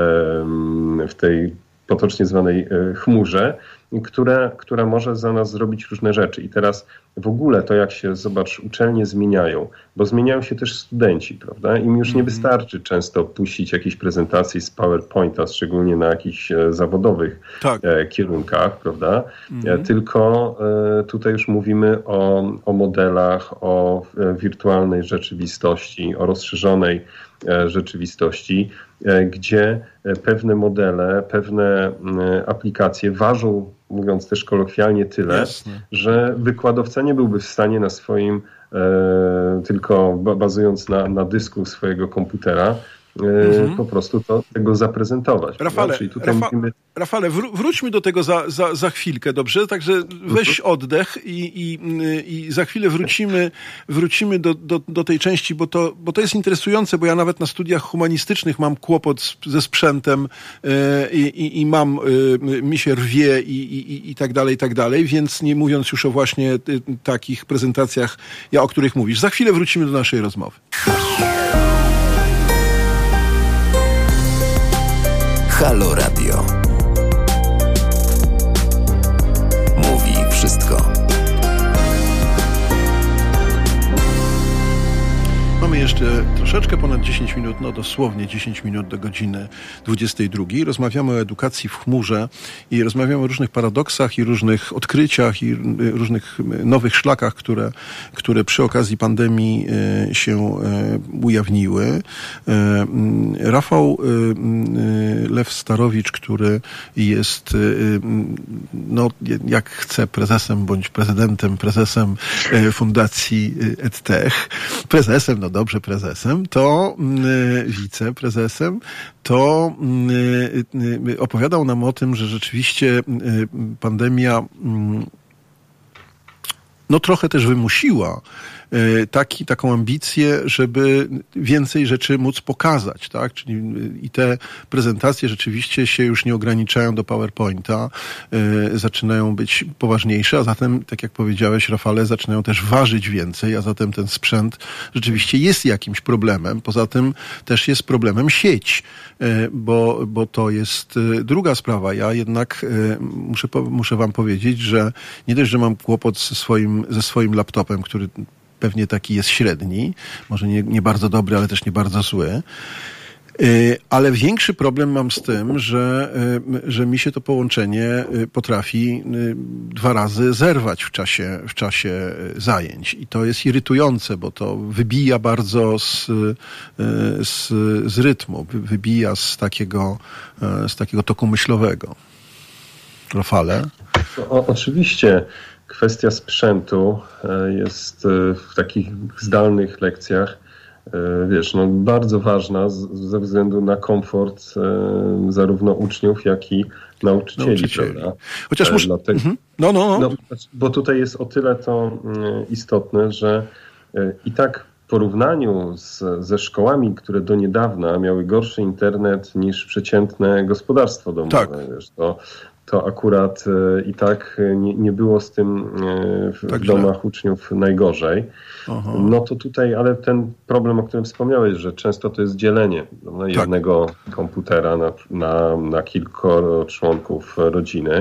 w tej potocznie zwanej chmurze, która, która może za nas zrobić różne rzeczy. I teraz w ogóle to, jak się, zobacz, uczelnie zmieniają, bo zmieniają się też studenci, prawda? Im już nie wystarczy często puścić jakieś prezentacje z PowerPointa, szczególnie na jakichś zawodowych tak. kierunkach, prawda? Mhm. Tylko tutaj już mówimy o, o modelach, o wirtualnej rzeczywistości, o rozszerzonej rzeczywistości, gdzie pewne modele, pewne aplikacje ważą, mówiąc też kolokwialnie, tyle, Jasne. że wykładowca nie byłby w stanie na swoim, e, tylko bazując na, na dysku swojego komputera, Mhm. po prostu to, tego zaprezentować. Rafale, no? Czyli tutaj Rafa, mówimy... Rafale wró- wróćmy do tego za, za, za chwilkę, dobrze? Także weź mhm. oddech i, i, i za chwilę wrócimy, wrócimy do, do, do tej części, bo to, bo to jest interesujące, bo ja nawet na studiach humanistycznych mam kłopot z, ze sprzętem yy, i, i mam, yy, mi się rwie i, i, i tak dalej, i tak dalej, więc nie mówiąc już o właśnie y, takich prezentacjach, ja, o których mówisz. Za chwilę wrócimy do naszej rozmowy. Halo Radio. Mówi wszystko. Mamy jeszcze troszeczkę ponad dziesięć minut, no dosłownie dziesięć minut do godziny dwudziestej drugiej. Rozmawiamy o edukacji w chmurze i rozmawiamy o różnych paradoksach i różnych odkryciach i różnych nowych szlakach, które, które przy okazji pandemii się ujawniły. Rafał Lew-Starowicz, który jest, no jak chce, prezesem bądź prezydentem, prezesem Fundacji EdTech, prezesem, no dobrze, prezesem, to y, wiceprezesem, to y, y, opowiadał nam o tym, że rzeczywiście y, pandemia y, no trochę też wymusiła Taki, taką ambicję, żeby więcej rzeczy móc pokazać, tak? Czyli i te prezentacje rzeczywiście się już nie ograniczają do PowerPointa, yy, zaczynają być poważniejsze, a zatem, tak jak powiedziałeś, Rafale, zaczynają też ważyć więcej, a zatem ten sprzęt rzeczywiście jest jakimś problemem. Poza tym też jest problemem sieć, yy, bo, bo to jest yy, druga sprawa. Ja jednak yy, muszę, muszę wam powiedzieć, że nie dość, że mam kłopot ze swoim, ze swoim laptopem, który pewnie taki jest średni, może nie, nie bardzo dobry, ale też nie bardzo zły, Ale większy problem mam z tym, że, że mi się to połączenie potrafi dwa razy zerwać w czasie, w czasie zajęć. I to jest irytujące, bo to wybija bardzo z, z, z rytmu, wybija z takiego, z takiego toku myślowego. Rafale? O, oczywiście kwestia sprzętu jest w takich zdalnych lekcjach, wiesz, no bardzo ważna z, ze względu na komfort zarówno uczniów, jak i nauczycieli, nauczycieli. Prawda? Chociaż muszę... Dlatego, mhm. no, no, no. no, bo tutaj jest o tyle to istotne, że i tak w porównaniu z, ze szkołami, które do niedawna miały gorszy internet niż przeciętne gospodarstwo domowe, tak. wiesz, to to akurat i tak nie, nie było z tym w tak domach źle. uczniów najgorzej. Aha. No to tutaj, ale ten problem, o którym wspomniałeś, że często to jest dzielenie no, tak. jednego komputera na, na, na kilkoro członków rodziny.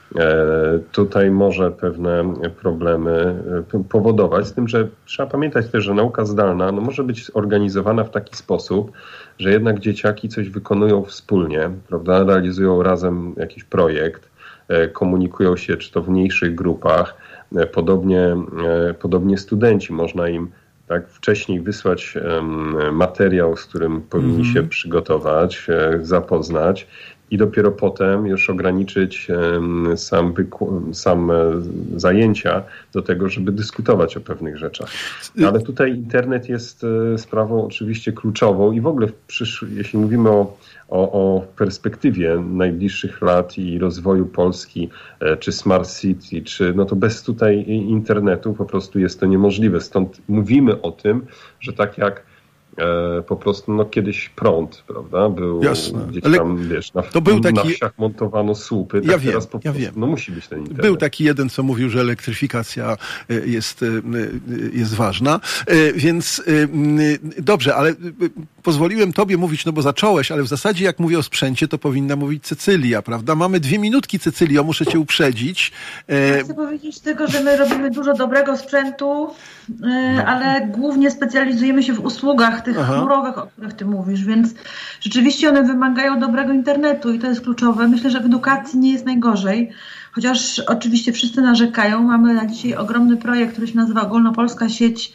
E, tutaj może pewne problemy powodować, z tym, że trzeba pamiętać też, że nauka zdalna no, może być zorganizowana w taki sposób, że jednak dzieciaki coś wykonują wspólnie, prawda? Realizują razem jakiś projekt, e, komunikują się czy to w mniejszych grupach, e, podobnie, e, podobnie studenci, można im tak wcześniej wysłać e, materiał, z którym powinni mm-hmm. się przygotować, e, zapoznać, i dopiero potem już ograniczyć sam, wyku- sam zajęcia do tego, żeby dyskutować o pewnych rzeczach. Ale tutaj internet jest sprawą oczywiście kluczową i w ogóle w przysz- jeśli mówimy o, o, o perspektywie najbliższych lat i rozwoju Polski, czy Smart City, czy, no to bez tutaj internetu po prostu jest to niemożliwe. Stąd mówimy o tym, że tak jak E, po prostu no kiedyś prąd, prawda? Był Jasne. gdzieś Ale tam, wiesz, na, to był taki... na wsiach montowano słupy. Tak ja wiem, teraz po ja prostu, wiem. No musi być ten internet. Był taki jeden, co mówił, że elektryfikacja jest, jest ważna. Więc dobrze, ale pozwoliłem tobie mówić, no bo zacząłeś, ale w zasadzie jak mówię o sprzęcie, to powinna mówić Cecylia, prawda? Mamy dwie minutki, Cecylio, muszę cię uprzedzić. Ja chcę powiedzieć tylko, że my robimy dużo dobrego sprzętu, ale głównie specjalizujemy się w usługach tych Aha. chmurowych, o których ty mówisz, więc rzeczywiście one wymagają dobrego internetu i to jest kluczowe. Myślę, że w edukacji nie jest najgorzej, chociaż oczywiście wszyscy narzekają. Mamy na dzisiaj ogromny projekt, który się nazywa Ogólnopolska Sieć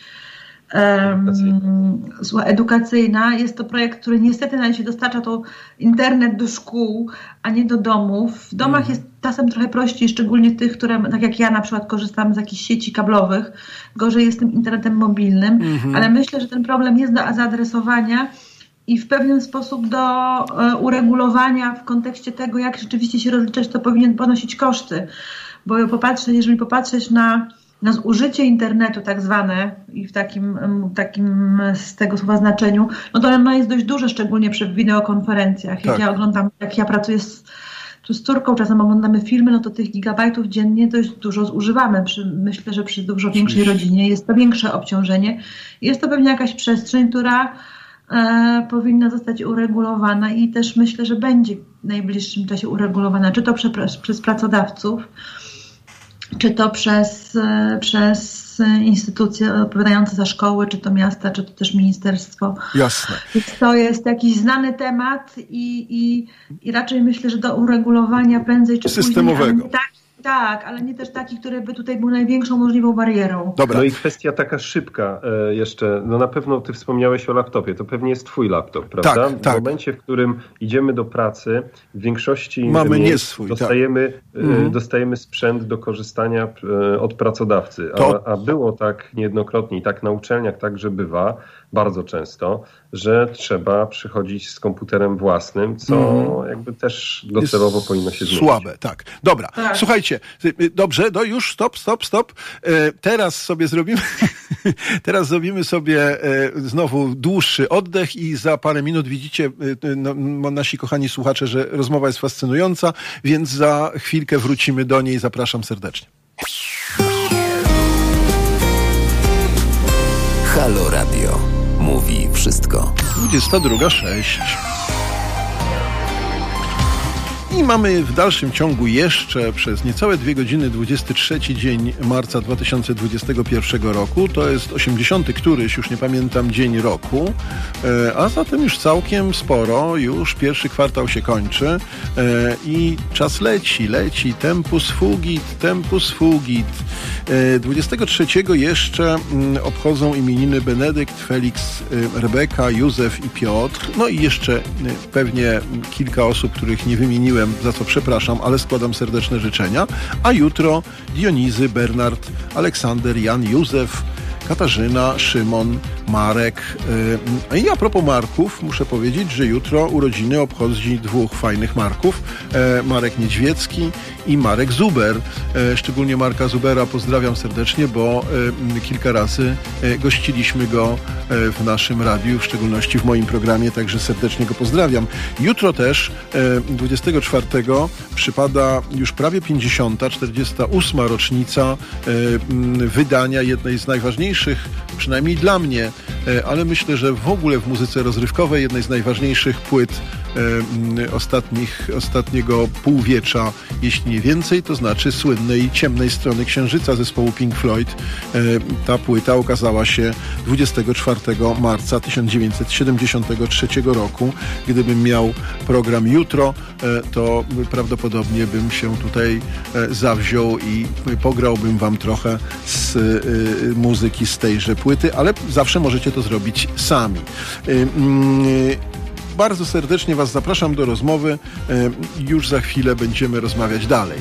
um, Edukacyjna. Jest to projekt, który niestety na dzisiaj dostarcza to internet do szkół, a nie do domów. W domach mm. jest czasem trochę prościej, szczególnie tych, które, tak jak ja na przykład korzystam z jakichś sieci kablowych, gorzej jest tym internetem mobilnym, mm-hmm. ale myślę, że ten problem jest do zaadresowania i w pewien sposób do e, uregulowania w kontekście tego, jak rzeczywiście się rozliczać, to powinien ponosić koszty. Bo popatrzeć, jeżeli popatrzeć na, na zużycie internetu tak zwane i w takim, takim z tego słowa znaczeniu, no to ono jest dość duże, szczególnie przy wideokonferencjach. Jak tak. ja oglądam, jak ja pracuję z Tu z córką czasem oglądamy filmy, no to tych gigabajtów dziennie dość dużo zużywamy. Przy, myślę, że przy dużo większej rodzinie jest to większe obciążenie. Jest to pewnie jakaś przestrzeń, która e, powinna zostać uregulowana i też myślę, że będzie w najbliższym czasie uregulowana, czy to prze, przez pracodawców, czy to przez, e, przez instytucje odpowiadające za szkoły, czy to miasta, czy to też ministerstwo. Jasne. Więc to jest jakiś znany temat i, i, i raczej myślę, że do uregulowania prędzej czy systemowego. później. Tak, tak, ale nie też taki, który by tutaj był największą możliwą barierą. Dobra. No i kwestia taka szybka e, jeszcze. No na pewno ty wspomniałeś o laptopie. To pewnie jest twój laptop, prawda? Tak, tak. W momencie, w którym idziemy do pracy, w większości mamy miejsc nie swój, dostajemy, tak. e, dostajemy sprzęt do korzystania e, od pracodawcy. To... A, a było tak niejednokrotnie i tak na uczelniach także bywa, bardzo często, że trzeba przychodzić z komputerem własnym, co mm. jakby też docelowo jest powinno się zmienić. Słabe, tak. Dobra, tak. Słuchajcie, dobrze, no już, stop, stop, stop. E, teraz sobie zrobimy, teraz zrobimy sobie e, znowu dłuższy oddech i za parę minut widzicie, e, no, nasi kochani słuchacze, że rozmowa jest fascynująca, więc za chwilkę wrócimy do niej. Zapraszam serdecznie. Halo Radio. Mówi wszystko. dwudziesta druga sześć. I mamy w dalszym ciągu jeszcze przez niecałe dwie godziny dwudziesty trzeci dzień marca dwa tysiące dwudziestego pierwszego roku. To jest osiemdziesiąty któryś, już nie pamiętam, dzień roku. A zatem już całkiem sporo. Już pierwszy kwartał się kończy. I czas leci, leci. Tempus fugit, tempus fugit. dwudziestego trzeciego jeszcze obchodzą imieniny Benedykt, Felix, Rebeka, Józef i Piotr. No i jeszcze pewnie kilka osób, których nie wymieniłem, za co przepraszam, ale składam serdeczne życzenia. A jutro Dionizy, Bernard, Aleksander, Jan, Józef, Katarzyna, Szymon, Marek. I a propos Marków, muszę powiedzieć, że jutro urodziny obchodzi dwóch fajnych Marków. Marek Niedźwiecki i Marek Zuber. Szczególnie Marka Zubera pozdrawiam serdecznie, bo kilka razy gościliśmy go w naszym radiu, w szczególności w moim programie, także serdecznie go pozdrawiam. Jutro też, dwudziestego czwartego, przypada już prawie pięćdziesiąta, czterdziesta ósma rocznica wydania jednej z najważniejszych, przynajmniej dla mnie, ale myślę, że w ogóle w muzyce rozrywkowej jednej z najważniejszych płyt ostatnich, ostatniego półwiecza, jeśli nie więcej, to znaczy słynnej Ciemnej Strony Księżyca zespołu Pink Floyd. Ta płyta okazała się dwudziestego czwartego marca tysiąc dziewięćset siedemdziesiątego trzeciego roku. Gdybym miał program jutro, to prawdopodobnie bym się tutaj zawziął i pograłbym wam trochę z muzyki z tejże płyty, ale zawsze możecie to zrobić sami. Bardzo serdecznie was zapraszam do rozmowy. Już za chwilę będziemy rozmawiać dalej.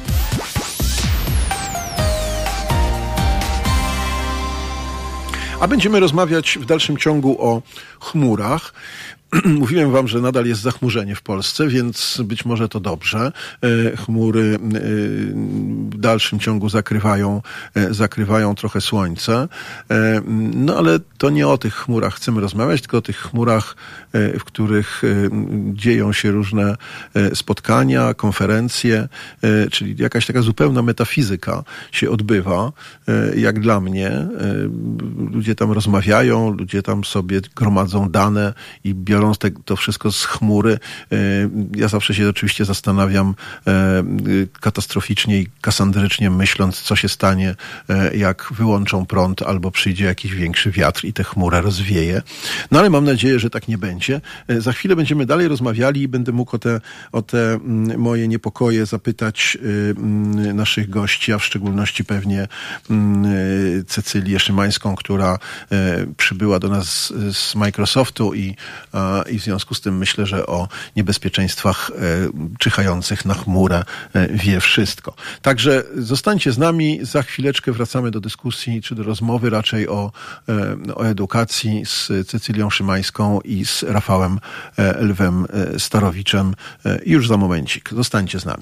A będziemy rozmawiać w dalszym ciągu o chmurach. Mówiłem wam, że nadal jest zachmurzenie w Polsce, więc być może to dobrze. Chmury w dalszym ciągu zakrywają, zakrywają trochę słońce. No ale to nie o tych chmurach chcemy rozmawiać, tylko o tych chmurach, w których dzieją się różne spotkania, konferencje, czyli jakaś taka zupełna metafizyka się odbywa, jak dla mnie. Ludzie tam rozmawiają, ludzie tam sobie gromadzą dane i biorą te, to wszystko z chmury. Ja zawsze się oczywiście zastanawiam katastroficznie i kasandrycznie, myśląc, co się stanie, jak wyłączą prąd albo przyjdzie jakiś większy wiatr i tę chmurę rozwieje. No ale mam nadzieję, że tak nie będzie. Za chwilę będziemy dalej rozmawiali i będę mógł o te, o te moje niepokoje zapytać naszych gości, a w szczególności pewnie Cecylię Szymańską, która przybyła do nas z Microsoftu i I w związku z tym myślę, że o niebezpieczeństwach czyhających na chmurę wie wszystko. Także zostańcie z nami. Za chwileczkę wracamy do dyskusji, czy do rozmowy raczej o, o edukacji z Cecylią Szymańską i z Rafałem Lwem Starowiczem. Już za momencik. Zostańcie z nami.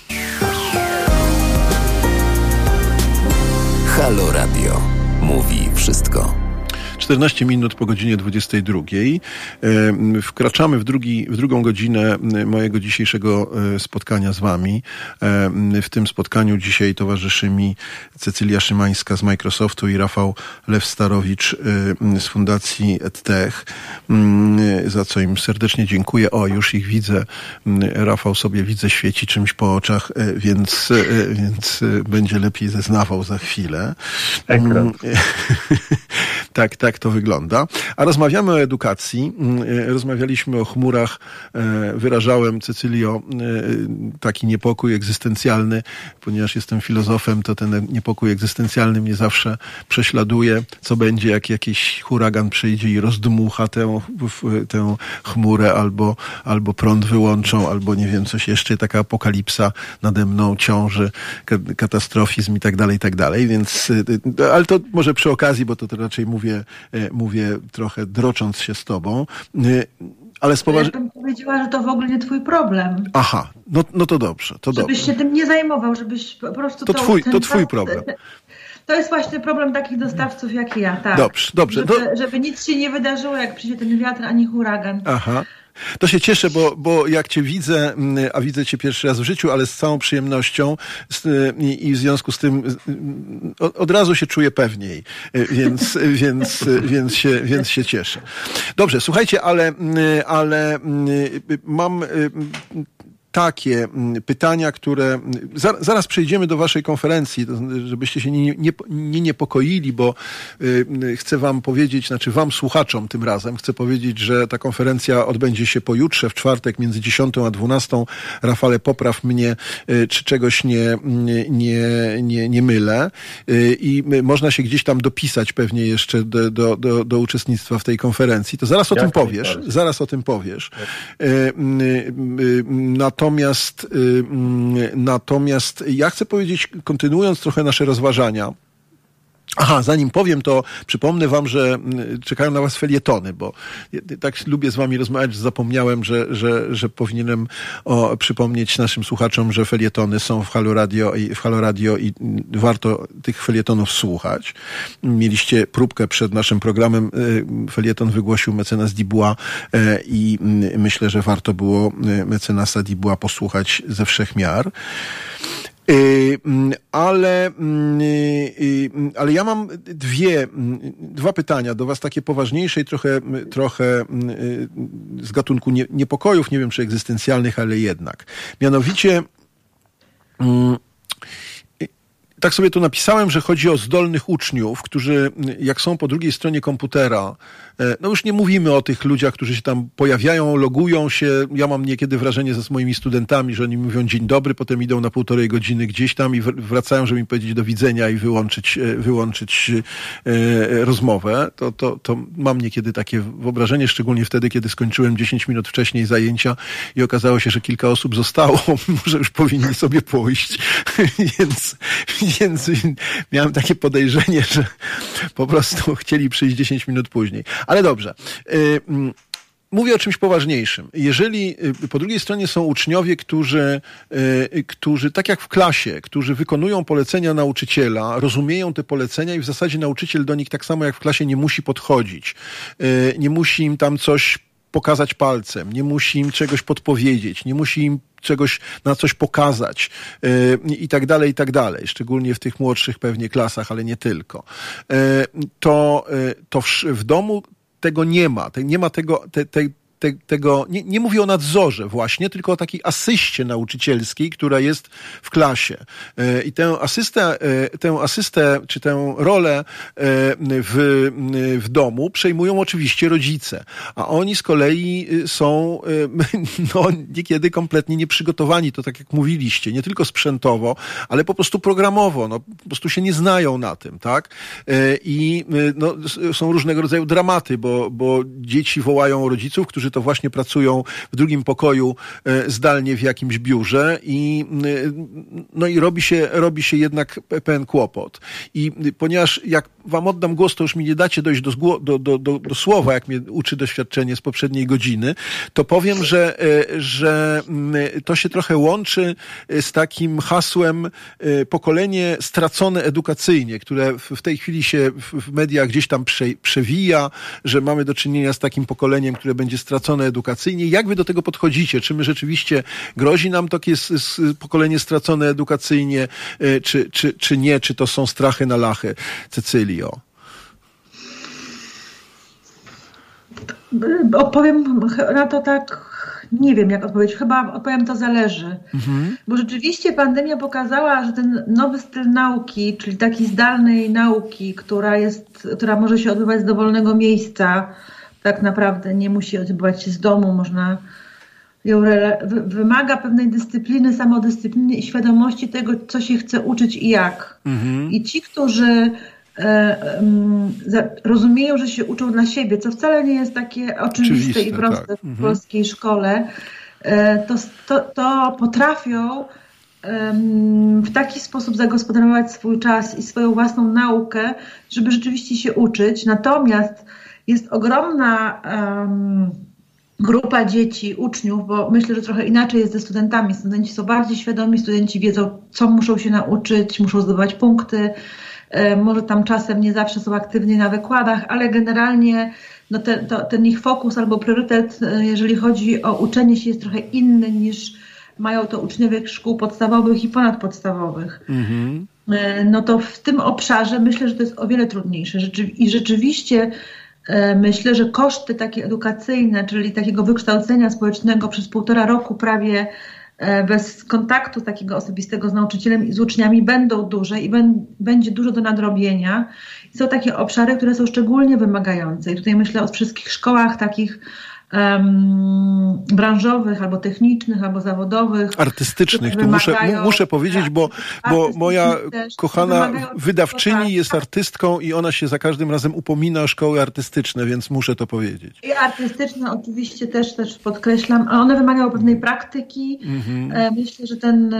Halo Radio. Mówi wszystko. czternaście minut po godzinie dwudziestej drugiej. Wkraczamy w, drugi, w drugą godzinę mojego dzisiejszego spotkania z wami. W tym spotkaniu dzisiaj towarzyszy mi Cecylia Szymańska z Microsoftu i Rafał Lew-Starowicz z Fundacji EdTech, za co im serdecznie dziękuję. O, już ich widzę. Rafał sobie, widzę, świeci czymś po oczach, więc, więc będzie lepiej zeznawał za chwilę. Ekran. Tak, tak to wygląda. A rozmawiamy o edukacji. Rozmawialiśmy o chmurach. Wyrażałem, Cecylio, taki niepokój egzystencjalny, ponieważ jestem filozofem, to ten niepokój egzystencjalny mnie zawsze prześladuje. Co będzie, jak jakiś huragan przyjdzie i rozdmucha tę, tę chmurę, albo, albo prąd wyłączą, albo nie wiem, coś jeszcze, taka apokalipsa nade mną ciąży, katastrofizm i tak dalej, i tak dalej. Więc, ale to może przy okazji, bo to, to raczej mówię, mówię trochę drocząc się z tobą, ale z poważ... Ja bym powiedziała, że to w ogóle nie twój problem. Aha, no, no to dobrze, to Żebyś dobrze. się tym nie zajmował, żebyś po prostu... To, to twój, ten to twój czas... problem. To jest właśnie problem takich dostawców jak ja, tak. Dobrze, dobrze. Żeby, to... żeby nic się nie wydarzyło, jak przyjdzie ten wiatr, ani huragan. Aha. To się cieszę, bo, bo jak cię widzę, a widzę cię pierwszy raz w życiu, ale z całą przyjemnością i, i w związku z tym od, od razu się czuję pewniej, więc, więc, więc, się, więc się cieszę. Dobrze, słuchajcie, ale, ale mam takie pytania, które... Zaraz przejdziemy do waszej konferencji, żebyście się nie, nie, nie niepokoili, bo chcę wam powiedzieć, znaczy wam słuchaczom tym razem, chcę powiedzieć, że ta konferencja odbędzie się pojutrze, w czwartek między dziesiątą a dwunastą. Rafale, popraw mnie, czy czegoś nie, nie, nie, nie mylę. I można się gdzieś tam dopisać pewnie jeszcze do, do, do, do uczestnictwa w tej konferencji. To zaraz o Jak tym powiesz. Zaraz o tym powiesz. Natomiast, natomiast ja chcę powiedzieć, kontynuując trochę nasze rozważania, Aha, zanim powiem, to przypomnę wam, że czekają na was felietony, bo tak lubię z wami rozmawiać, że zapomniałem, że, że, że powinienem o, przypomnieć naszym słuchaczom, że felietony są w Halo Radio i w Halo Radio i warto tych felietonów słuchać. Mieliście próbkę przed naszym programem, felieton wygłosił mecenas Dubois i myślę, że warto było mecenasa Dubois posłuchać ze wszech miar. Ale, ale ja mam dwie, dwa pytania do was, takie poważniejsze i trochę, trochę z gatunku nie, niepokojów, nie wiem czy egzystencjalnych, ale jednak. Mianowicie, tak sobie tu napisałem, że chodzi o zdolnych uczniów, którzy jak są po drugiej stronie komputera, no już nie mówimy o tych ludziach, którzy się tam pojawiają, logują się. Ja mam niekiedy wrażenie ze moimi studentami, że oni mówią dzień dobry, potem idą na półtorej godziny gdzieś tam i wracają, żeby mi powiedzieć do widzenia i wyłączyć, wyłączyć e, rozmowę. To, to, to mam niekiedy takie wyobrażenie, szczególnie wtedy, kiedy skończyłem dziesięć minut wcześniej zajęcia i okazało się, że kilka osób zostało, może już powinni sobie pójść. Więc, więc miałem takie podejrzenie, że po prostu chcieli przyjść dziesięć minut później. Ale dobrze. Mówię o czymś poważniejszym. Jeżeli po drugiej stronie są uczniowie, którzy, którzy tak jak w klasie, którzy wykonują polecenia nauczyciela, rozumieją te polecenia i w zasadzie nauczyciel do nich tak samo jak w klasie nie musi podchodzić. Nie musi im tam coś pokazać palcem, nie musi im czegoś podpowiedzieć, nie musi im czegoś, na coś pokazać yy, i tak dalej, i tak dalej. Szczególnie w tych młodszych pewnie klasach, ale nie tylko. Yy, to yy, to w, w domu tego nie ma. Te, nie ma tego, te, te, te, tego, nie, nie mówię o nadzorze właśnie, tylko o takiej asyście nauczycielskiej, która jest w klasie. Yy, I tę asystę, yy, tę asystę, czy tę rolę yy, w, yy, w domu przejmują oczywiście rodzice. A oni z kolei są yy, no, niekiedy kompletnie nieprzygotowani, to tak jak mówiliście, nie tylko sprzętowo, ale po prostu programowo, no, po prostu się nie znają na tym, tak? Yy, I yy, no, są różnego rodzaju dramaty, bo, bo dzieci wołają rodziców, którzy to właśnie pracują w drugim pokoju e, zdalnie w jakimś biurze i e, no i robi się, robi się jednak pewien kłopot. I ponieważ jak wam oddam głos, to już mi nie dacie dojść do, do, do, do, do słowa, jak mnie uczy doświadczenie z poprzedniej godziny, to powiem, że, e, że to się trochę łączy z takim hasłem e, pokolenie stracone edukacyjnie, które w, w tej chwili się w, w mediach gdzieś tam prze, przewija, że mamy do czynienia z takim pokoleniem, które będzie stracone edukacyjnie. Jak wy do tego podchodzicie? Czy my rzeczywiście grozi nam takie pokolenie stracone edukacyjnie, czy, czy, czy nie? Czy to są strachy na lachy? Cecylio. Odpowiem na to tak, nie wiem jak odpowiedzieć. Chyba odpowiem, to zależy. Mhm. Bo rzeczywiście pandemia pokazała, że ten nowy styl nauki, czyli takiej zdalnej nauki, która jest, która może się odbywać z dowolnego miejsca, tak naprawdę nie musi odbywać się z domu, można ją wymaga pewnej dyscypliny, samodyscypliny i świadomości tego, co się chce uczyć i jak. Mhm. I ci, którzy e, um, za, rozumieją, że się uczą dla siebie, co wcale nie jest takie oczywiste, oczywiste i proste tak. w mhm. polskiej szkole, e, to, to, to potrafią um, w taki sposób zagospodarować swój czas i swoją własną naukę, żeby rzeczywiście się uczyć. Natomiast jest ogromna um, grupa dzieci, uczniów, bo myślę, że trochę inaczej jest ze studentami. Studenci są bardziej świadomi, studenci wiedzą, co muszą się nauczyć, muszą zdobywać punkty. E, może tam czasem nie zawsze są aktywni na wykładach, ale generalnie no te, to, ten ich fokus albo priorytet, jeżeli chodzi o uczenie się, jest trochę inny niż mają to uczniowie szkół podstawowych i ponadpodstawowych. Mhm. E, no to w tym obszarze myślę, że to jest o wiele trudniejsze. Rzeczy- I rzeczywiście myślę, że koszty takie edukacyjne, czyli takiego wykształcenia społecznego przez półtora roku prawie bez kontaktu takiego osobistego z nauczycielem i z uczniami będą duże i ben, będzie dużo do nadrobienia. I są takie obszary, które są szczególnie wymagające. I tutaj myślę o wszystkich szkołach takich um, branżowych, albo technicznych, albo zawodowych. Artystycznych. Tu muszę, muszę powiedzieć, bo, bo moja też, kochana wydawczyni tak, jest artystką i ona się za każdym razem upomina o szkoły artystyczne, więc muszę to powiedzieć. I artystyczne oczywiście też, też podkreślam, ale one wymagają pewnej praktyki. Mm-hmm. Myślę, że ten,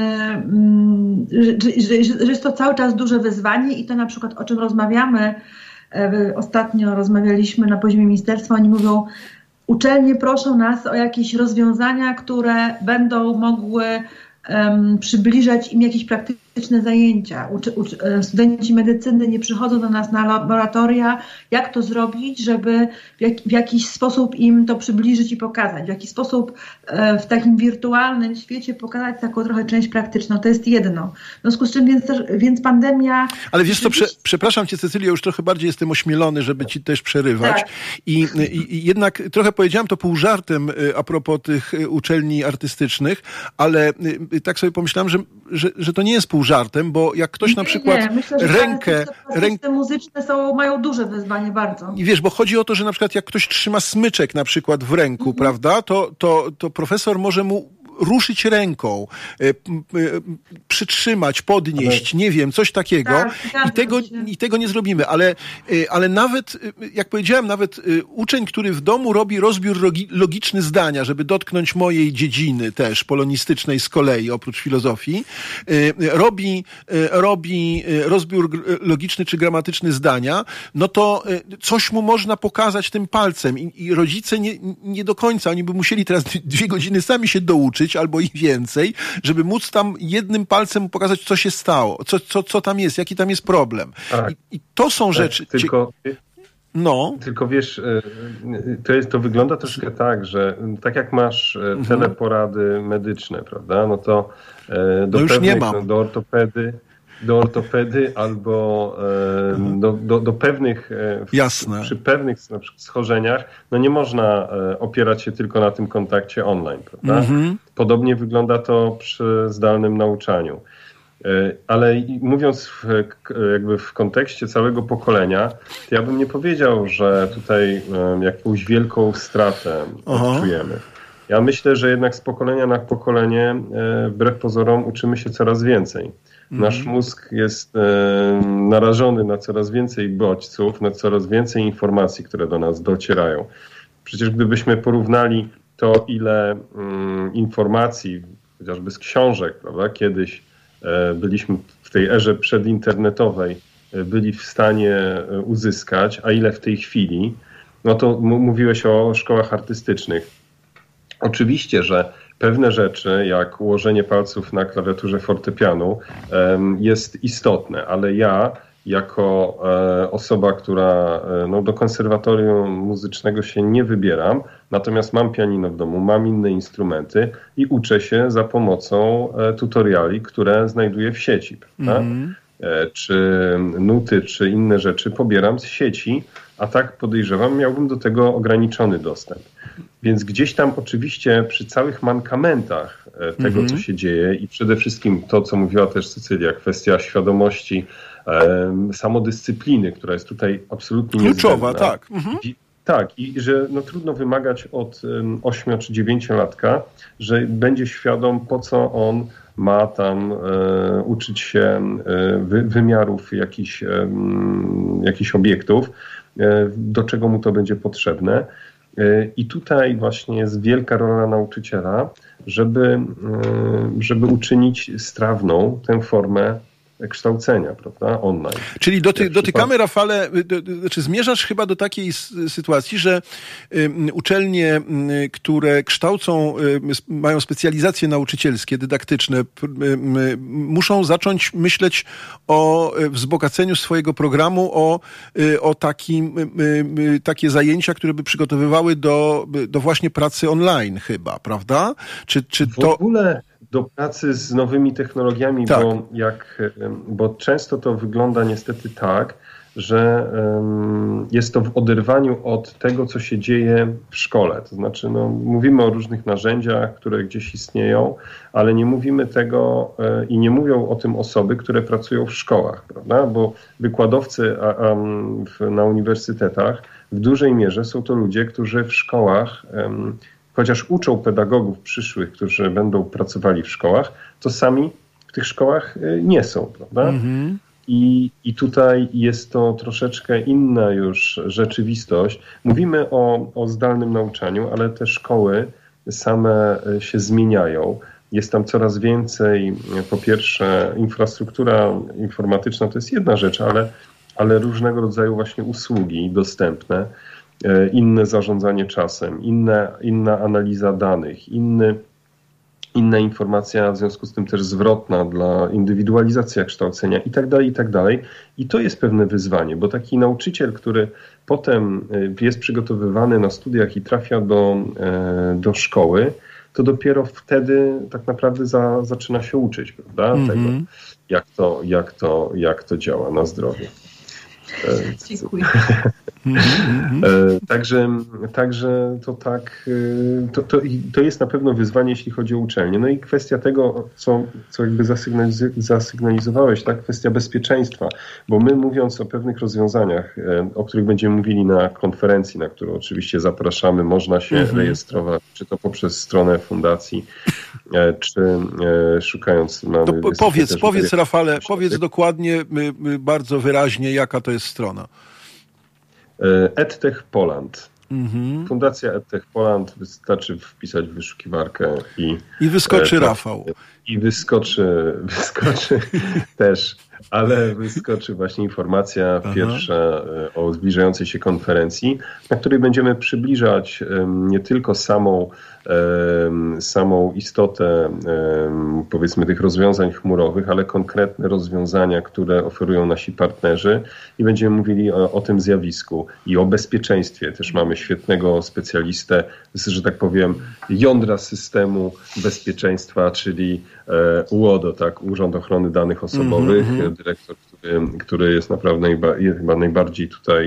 że, że, że jest to cały czas duże wyzwanie i to na przykład, o czym rozmawiamy, ostatnio rozmawialiśmy na poziomie ministerstwa, oni mówią, uczelnie proszą nas o jakieś rozwiązania, które będą mogły um, przybliżać im jakieś praktyczne zajęcia. Uczy, uczy, studenci medycyny nie przychodzą do nas na laboratoria. Jak to zrobić, żeby w, jak, w jakiś sposób im to przybliżyć i pokazać? W jaki sposób e, w takim wirtualnym świecie pokazać taką trochę część praktyczną? To jest jedno. W związku z czym więc, też, więc pandemia... Ale wiesz co, prze, przepraszam cię Cecylio, już trochę bardziej jestem ośmielony, żeby ci też przerywać. Tak. I, i, I jednak trochę powiedziałem to pół żartem a propos tych uczelni artystycznych, ale tak sobie pomyślałem, że, że, że to nie jest pół żartem, bo jak ktoś nie, na przykład nie. Myślę, że rękę... Ręk... muzyczne są, mają duże wyzwanie bardzo. I wiesz, bo chodzi o to, że na przykład jak ktoś trzyma smyczek na przykład w ręku, mhm. prawda, to, to, to profesor może mu ruszyć ręką, y, y, przytrzymać, podnieść, ale... nie wiem, coś takiego. Tak, i, tego, I tego nie zrobimy. Ale, y, ale nawet, y, jak powiedziałem, nawet y, uczeń, który w domu robi rozbiór logi, logiczny zdania, żeby dotknąć mojej dziedziny też, polonistycznej z kolei, oprócz filozofii, y, robi, y, robi y, rozbiór logiczny czy gramatyczny zdania, no to y, coś mu można pokazać tym palcem. I, i rodzice nie, nie do końca, oni by musieli teraz dwie godziny sami się douczyć, albo i więcej, żeby móc tam jednym palcem pokazać, co się stało, co, co, co tam jest, jaki tam jest problem. Tak. I, I to są tak, rzeczy... Tylko, no. tylko wiesz, to, jest, to wygląda troszkę tak, że tak jak masz mhm. teleporady medyczne, prawda, no to do, no już pewnych, nie mam. No, do ortopedy do ortopedy albo e, do, do, do pewnych, e, w, Jasne. przy pewnych na przykład schorzeniach, no nie można e, opierać się tylko na tym kontakcie online, prawda? Mm-hmm. Podobnie wygląda to przy zdalnym nauczaniu. E, ale mówiąc w, jakby w kontekście całego pokolenia, to ja bym nie powiedział, że tutaj e, jakąś wielką stratę odczujemy. Ja myślę, że jednak z pokolenia na pokolenie, e, wbrew pozorom, uczymy się coraz więcej. Nasz mózg jest e, narażony na coraz więcej bodźców, na coraz więcej informacji, które do nas docierają. Przecież gdybyśmy porównali to, ile mm, informacji, chociażby z książek, prawda, kiedyś e, byliśmy w tej erze przedinternetowej, e, byli w stanie e, uzyskać, a ile w tej chwili, no to m- mówiłeś o szkołach artystycznych. Oczywiście, że pewne rzeczy, jak ułożenie palców na klawiaturze fortepianu, jest istotne, ale ja jako osoba, która no, do konserwatorium muzycznego się nie wybieram, natomiast mam pianino w domu, mam inne instrumenty i uczę się za pomocą tutoriali, które znajduję w sieci. Mm-hmm. Czy nuty, czy inne rzeczy pobieram z sieci, a tak podejrzewam, miałbym do tego ograniczony dostęp. Więc gdzieś tam oczywiście przy całych mankamentach tego, mm-hmm. co się dzieje i przede wszystkim to, co mówiła też Cecylia, kwestia świadomości, um, samodyscypliny, która jest tutaj absolutnie kluczowa, niezbędna. tak. Mm-hmm. I, tak, i że no, trudno wymagać od um, ośmiu czy dziewięciolatka, że będzie świadom, po co on ma tam e, uczyć się e, wy, wymiarów jakichś, e, jakichś obiektów, e, do czego mu to będzie potrzebne. I tutaj właśnie jest wielka rola nauczyciela, żeby, żeby uczynić strawną tę formę kształcenia, prawda, online. Czyli doty, dotykamy, Rafale, do, do, znaczy zmierzasz chyba do takiej sytuacji, że y, uczelnie, y, które kształcą, y, mają specjalizacje nauczycielskie, dydaktyczne, y, y, muszą zacząć myśleć o wzbogaceniu swojego programu, o, y, o takim, y, y, takie zajęcia, które by przygotowywały do, do właśnie pracy online chyba, prawda? Czy, czy to... W ogóle... do pracy z nowymi technologiami, tak. bo, jak, bo często to wygląda niestety tak, że jest to w oderwaniu od tego, co się dzieje w szkole. To znaczy, no, mówimy o różnych narzędziach, które gdzieś istnieją, ale nie mówimy tego i nie mówią o tym osoby, które pracują w szkołach, prawda? Bo wykładowcy a, a w, na uniwersytetach w dużej mierze są to ludzie, którzy w szkołach, um, chociaż uczą pedagogów przyszłych, którzy będą pracowali w szkołach, to sami w tych szkołach nie są, prawda? Mm-hmm. I, I tutaj jest to troszeczkę inna już rzeczywistość. Mówimy o, o zdalnym nauczaniu, ale te szkoły same się zmieniają. Jest tam coraz więcej, po pierwsze infrastruktura informatyczna to jest jedna rzecz, ale, ale różnego rodzaju właśnie usługi dostępne, inne zarządzanie czasem, inne, inna analiza danych, inny Inna informacja, w związku z tym też zwrotna dla indywidualizacja kształcenia i tak dalej, i tak dalej. I to jest pewne wyzwanie, bo taki nauczyciel, który potem jest przygotowywany na studiach i trafia do, do szkoły, to dopiero wtedy tak naprawdę za, zaczyna się uczyć, prawda? Mm-hmm. Tego, jak to, jak to, jak to działa na zdrowie. Dziękuję. Także, także to tak, to, to, to jest na pewno wyzwanie, jeśli chodzi o uczelnię. No i kwestia tego, co, co jakby zasygnaliz- zasygnalizowałeś, tak? Kwestia bezpieczeństwa, bo my mówiąc o pewnych rozwiązaniach, o których będziemy mówili na konferencji, na którą oczywiście zapraszamy, można się mhm. rejestrować, czy to poprzez stronę fundacji, czy szukając... Mamy, to powiedz, powiedz Rafale, powiedz dokładnie, bardzo wyraźnie, jaka to jest strona. EdTech Poland. Mhm. Fundacja EdTech Poland, wystarczy wpisać w wyszukiwarkę i... I wyskoczy e, Rafał. I wyskoczy, wyskoczy też, ale wyskoczy właśnie informacja Aha. pierwsza o zbliżającej się konferencji, na której będziemy przybliżać nie tylko samą samą istotę powiedzmy tych rozwiązań chmurowych, ale konkretne rozwiązania, które oferują nasi partnerzy i będziemy mówili o, o tym zjawisku i o bezpieczeństwie. Też mamy świetnego specjalistę, że tak powiem, jądra systemu bezpieczeństwa, czyli U O D O, tak, Urząd Ochrony Danych Osobowych, mm-hmm. dyrektor, który, który jest naprawdę najba, chyba najbardziej tutaj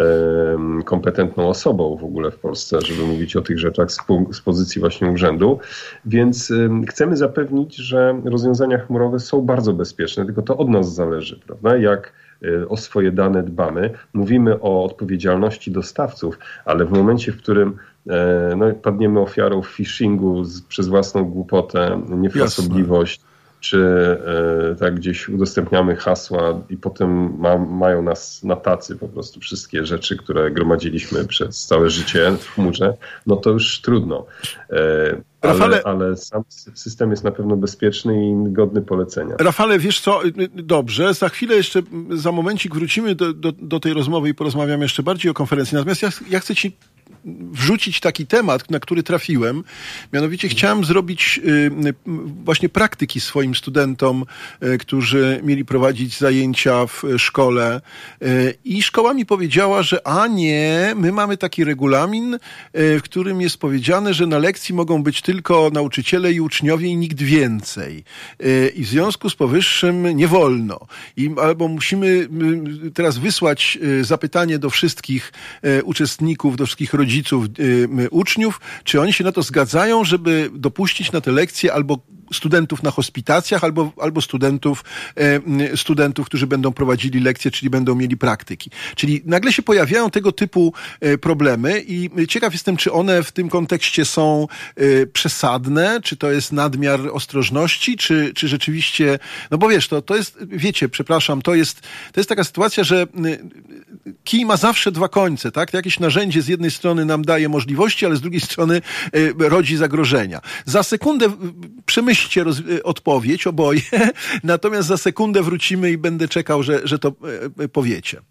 um, kompetentną osobą w ogóle w Polsce, żeby mówić o tych rzeczach z, z pozycji właśnie urzędu. Więc um, chcemy zapewnić, że rozwiązania chmurowe są bardzo bezpieczne, tylko to od nas zależy, prawda? Jak o swoje dane dbamy. Mówimy o odpowiedzialności dostawców, ale w momencie, w którym no, padniemy ofiarą phishingu z, przez własną głupotę, niefrasobliwość, Jasne. czy e, tak gdzieś udostępniamy hasła i potem ma, mają nas na tacy po prostu wszystkie rzeczy, które gromadziliśmy przez całe życie w chmurze, no to już trudno. E, Ale, ale sam system jest na pewno bezpieczny i godny polecenia. Rafale, wiesz co, dobrze, za chwilę jeszcze, za momencik wrócimy do, do, do tej rozmowy i porozmawiamy jeszcze bardziej o konferencji. Natomiast ja, ja chcę ci wrzucić taki temat, na który trafiłem. Mianowicie chciałem zrobić y, właśnie praktyki swoim studentom, y, którzy mieli prowadzić zajęcia w szkole y, i szkoła mi powiedziała, że a nie, my mamy taki regulamin, y, w którym jest powiedziane, że na lekcji mogą być tylko nauczyciele i uczniowie i nikt więcej. Y, I w związku z powyższym nie wolno. I albo musimy y, teraz wysłać y, zapytanie do wszystkich y, uczestników, do wszystkich rodziców, rodziców, y, uczniów, czy oni się na to zgadzają, żeby dopuścić na te lekcje albo studentów na hospitacjach, albo, albo studentów, y, studentów, którzy będą prowadzili lekcje, czyli będą mieli praktyki. Czyli nagle się pojawiają tego typu y, problemy i ciekaw jestem, czy one w tym kontekście są y, przesadne, czy to jest nadmiar ostrożności, czy, czy rzeczywiście, no bo wiesz, to, to jest, wiecie, przepraszam, to jest, to jest taka sytuacja, że y, kij ma zawsze dwa końce, tak? Jakieś narzędzie z jednej strony nam daje możliwości, ale z drugiej strony y, rodzi zagrożenia. Za sekundę przemyślcie roz, y, odpowiedź oboje, natomiast za sekundę wrócimy i będę czekał, że, że to y, y, powiecie.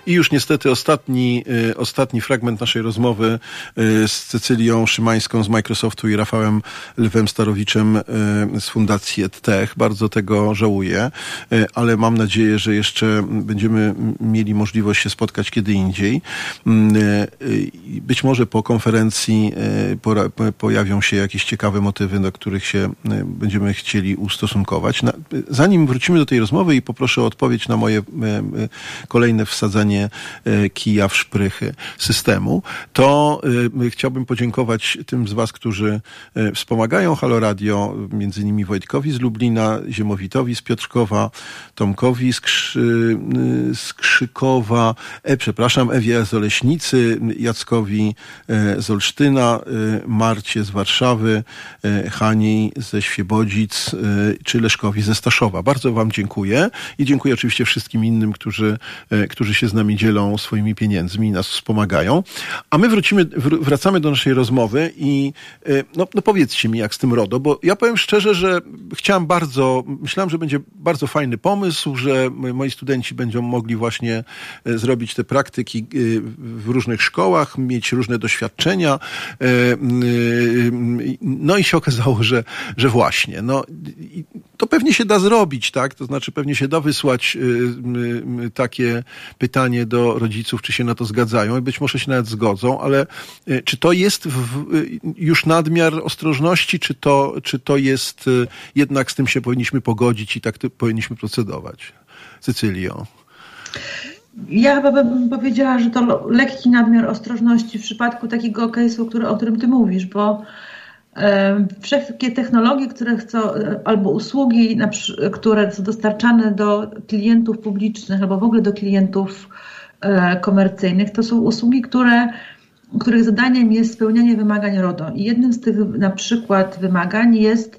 I już niestety ostatni, ostatni fragment naszej rozmowy z Cecylią Szymańską z Microsoftu i Rafałem Lwem Starowiczem z Fundacji EdTech. Bardzo tego żałuję, ale mam nadzieję, że jeszcze będziemy mieli możliwość się spotkać kiedy indziej. Być może po konferencji pojawią się jakieś ciekawe motywy, do których się będziemy chcieli ustosunkować. Zanim wrócimy do tej rozmowy i poproszę o odpowiedź na moje kolejne wsadzenie kija w szprychy systemu, to chciałbym podziękować tym z was, którzy wspomagają Halo Radio, między innymi Wojtkowi z Lublina, Ziemowitowi z Piotrkowa, Tomkowi z, Krzy, z Krzykowa, e, przepraszam, Ewie z Oleśnicy, Jackowi z Olsztyna, Marcie z Warszawy, Hani ze Świebodzic, czy Leszkowi ze Staszowa. Bardzo wam dziękuję i dziękuję oczywiście wszystkim innym, którzy, którzy się z nami dzielą swoimi pieniędzmi i nas wspomagają. A my wrócimy, wracamy do naszej rozmowy i no, no powiedzcie mi, jak z tym RODO, bo ja powiem szczerze, że chciałem bardzo, myślałem, że będzie bardzo fajny pomysł, że moi studenci będą mogli właśnie zrobić te praktyki w różnych szkołach, mieć różne doświadczenia. No i się okazało, że, że właśnie, no to pewnie się da zrobić, tak? To znaczy pewnie się da wysłać takie pytanie do rodziców, czy się na to zgadzają i być może się nawet zgodzą, ale czy to jest w, już nadmiar ostrożności, czy to, czy to jest jednak z tym się powinniśmy pogodzić i tak powinniśmy procedować? Cecylią. Ja chyba bym powiedziała, że to lekki nadmiar ostrożności w przypadku takiego case'u, który, o którym ty mówisz, bo e, wszystkie technologie, które chcą, albo usługi, na, które są dostarczane do klientów publicznych, albo w ogóle do klientów e, komercyjnych, to są usługi, które, których zadaniem jest spełnianie wymagań RODO. I jednym z tych na przykład wymagań jest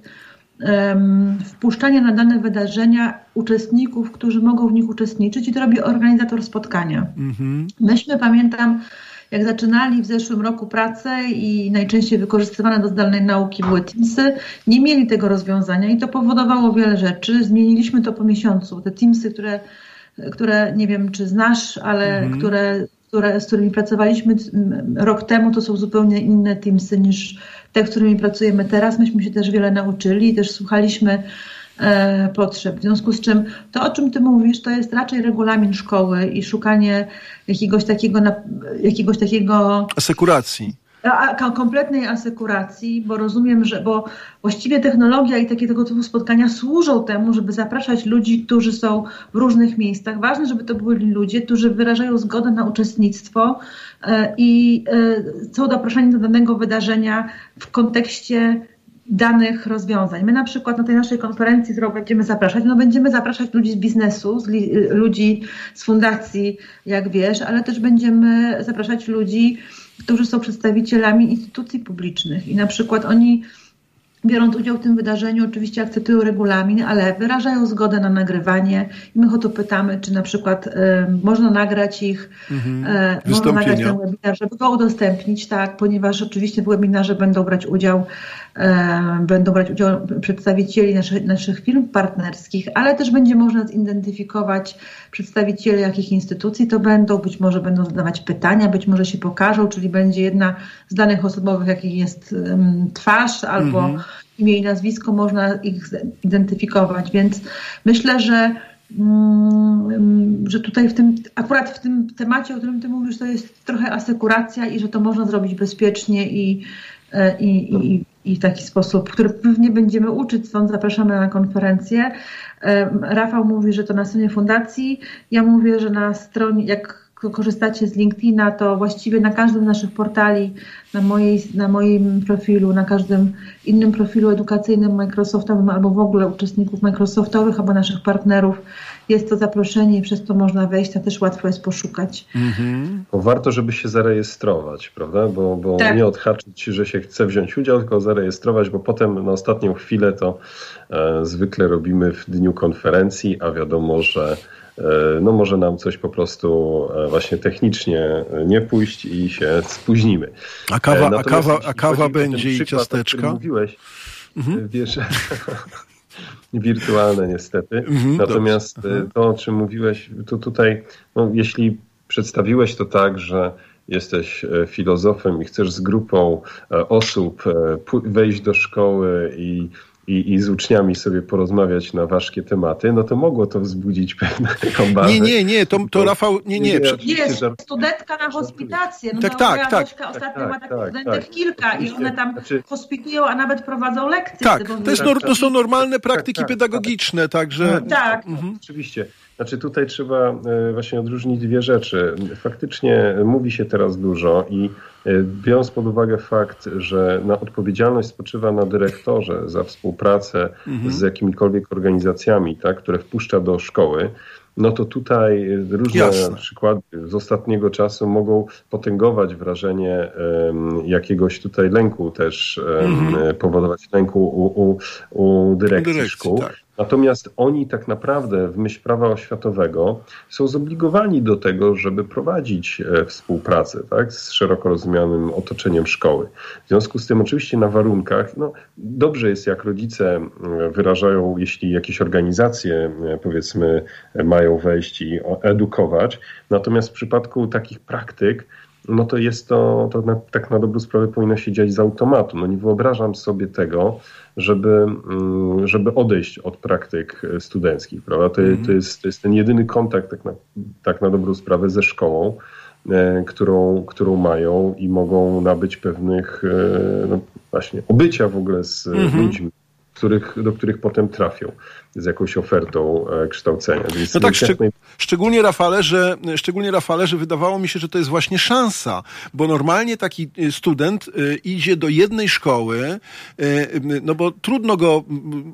wpuszczanie na dane wydarzenia uczestników, którzy mogą w nich uczestniczyć, i to robi organizator spotkania. Mm-hmm. Myśmy, pamiętam, jak zaczynali w zeszłym roku pracę i najczęściej wykorzystywane do zdalnej nauki były Teamsy, nie mieli tego rozwiązania i to powodowało wiele rzeczy. Zmieniliśmy to po miesiącu. Te Teamsy, które, które nie wiem, czy znasz, ale mm-hmm. które, które, z którymi pracowaliśmy rok temu, to są zupełnie inne Teamsy niż te, z którymi pracujemy teraz. Myśmy się też wiele nauczyli i też słuchaliśmy e, potrzeb. W związku z czym to, o czym ty mówisz, to jest raczej regulamin szkoły i szukanie jakiegoś takiego, jakiegoś takiego asekuracji. A, kompletnej asekuracji, bo rozumiem, że bo właściwie technologia i takie tego typu spotkania służą temu, żeby zapraszać ludzi, którzy są w różnych miejscach. Ważne, żeby to byli ludzie, którzy wyrażają zgodę na uczestnictwo e, i e, są zapraszani do danego wydarzenia w kontekście danych rozwiązań. My na przykład na tej naszej konferencji, którą będziemy zapraszać, no będziemy zapraszać ludzi z biznesu, z li, ludzi z fundacji, jak wiesz, ale też będziemy zapraszać ludzi, którzy są przedstawicielami instytucji publicznych i na przykład oni, biorąc udział w tym wydarzeniu, oczywiście akceptują regulamin, ale wyrażają zgodę na nagrywanie i my o to pytamy, czy na przykład y, można nagrać ich, mhm. y, można nagrać ten webinar, żeby go udostępnić, tak, ponieważ oczywiście w webinarze będą brać udział y, będą brać udział przedstawicieli naszych, naszych firm partnerskich, ale też będzie można zidentyfikować przedstawicieli jakich instytucji to będą, być może będą zadawać pytania, być może się pokażą, czyli będzie jedna z danych osobowych, jakich jest y, twarz albo mhm. imię i nazwisko, można ich zidentyfikować, więc myślę, że, mm, że tutaj w tym, akurat w tym temacie, o którym ty mówisz, to jest trochę asekuracja i że to można zrobić bezpiecznie i, i, i, i w taki sposób, który pewnie będziemy uczyć, stąd zapraszamy na konferencję. Rafał mówi, że to na stronie fundacji, ja mówię, że na stronie, jak korzystacie z LinkedIna, to właściwie na każdym z naszych portali, na, mojej, na moim profilu, na każdym innym profilu edukacyjnym Microsoftowym albo w ogóle uczestników Microsoftowych albo naszych partnerów jest to zaproszenie i przez to można wejść, a też łatwo jest poszukać. Mm-hmm. Warto, żeby się zarejestrować, prawda? Bo, bo tak. nie odhaczyć, że się chce wziąć udział, tylko zarejestrować, bo potem na ostatnią chwilę to e, zwykle robimy w dniu konferencji, a wiadomo, że no może nam coś po prostu właśnie technicznie nie pójść i się spóźnimy. A kawa, a kawa, a kawa będzie i ciasteczka? Mówiłeś, mhm. wiesz, wirtualne niestety. Mhm, Natomiast to, o czym mówiłeś, to tutaj, no, jeśli przedstawiłeś to tak, że jesteś filozofem i chcesz z grupą osób wejść do szkoły i I, i z uczniami sobie porozmawiać na ważkie tematy, no to mogło to wzbudzić pewne obawy. Nie, nie, nie, to, to Rafał, nie, nie. Nie, jest studentka na hospitację. No tak, tak, tak. Gośka ostatnio tak, ma takich tak, studentek tak, kilka tak, i one tam znaczy, hospitują, a nawet prowadzą lekcje. Tak, to, jest, to są normalne praktyki tak, tak, pedagogiczne, tak, także... Tak. Mhm. Oczywiście. Znaczy tutaj trzeba właśnie odróżnić dwie rzeczy. Faktycznie mówi się teraz dużo i biorąc pod uwagę fakt, że na odpowiedzialność spoczywa na dyrektorze za współpracę mhm. z jakimikolwiek organizacjami, tak, które wpuszcza do szkoły, no to tutaj różne Jasne. przykłady z ostatniego czasu mogą potęgować wrażenie um, jakiegoś tutaj lęku też, um, mhm. powodować lęku u, u, u dyrekcji, dyrekcji szkół. Tak. Natomiast oni tak naprawdę w myśl prawa oświatowego są zobligowani do tego, żeby prowadzić współpracę, tak, z szeroko rozumianym otoczeniem szkoły. W związku z tym oczywiście na warunkach, no dobrze jest jak rodzice wyrażają, jeśli jakieś organizacje powiedzmy mają wejść i edukować, natomiast w przypadku takich praktyk no to jest to, to na, tak na dobrą sprawę powinno się dziać z automatu. No nie wyobrażam sobie tego, żeby, żeby odejść od praktyk studenckich, prawda? To, mm. to, jest, to jest ten jedyny kontakt tak na, tak na dobrą sprawę ze szkołą, e, którą, którą mają i mogą nabyć pewnych e, no właśnie obycia w ogóle z mm-hmm. ludźmi, których, do których potem trafią z jakąś ofertą e, kształcenia. Więc no tak, szczeg- naj... szczególnie, Rafale, że, szczególnie Rafale, że wydawało mi się, że to jest właśnie szansa, bo normalnie taki student y, idzie do jednej szkoły, y, no bo trudno go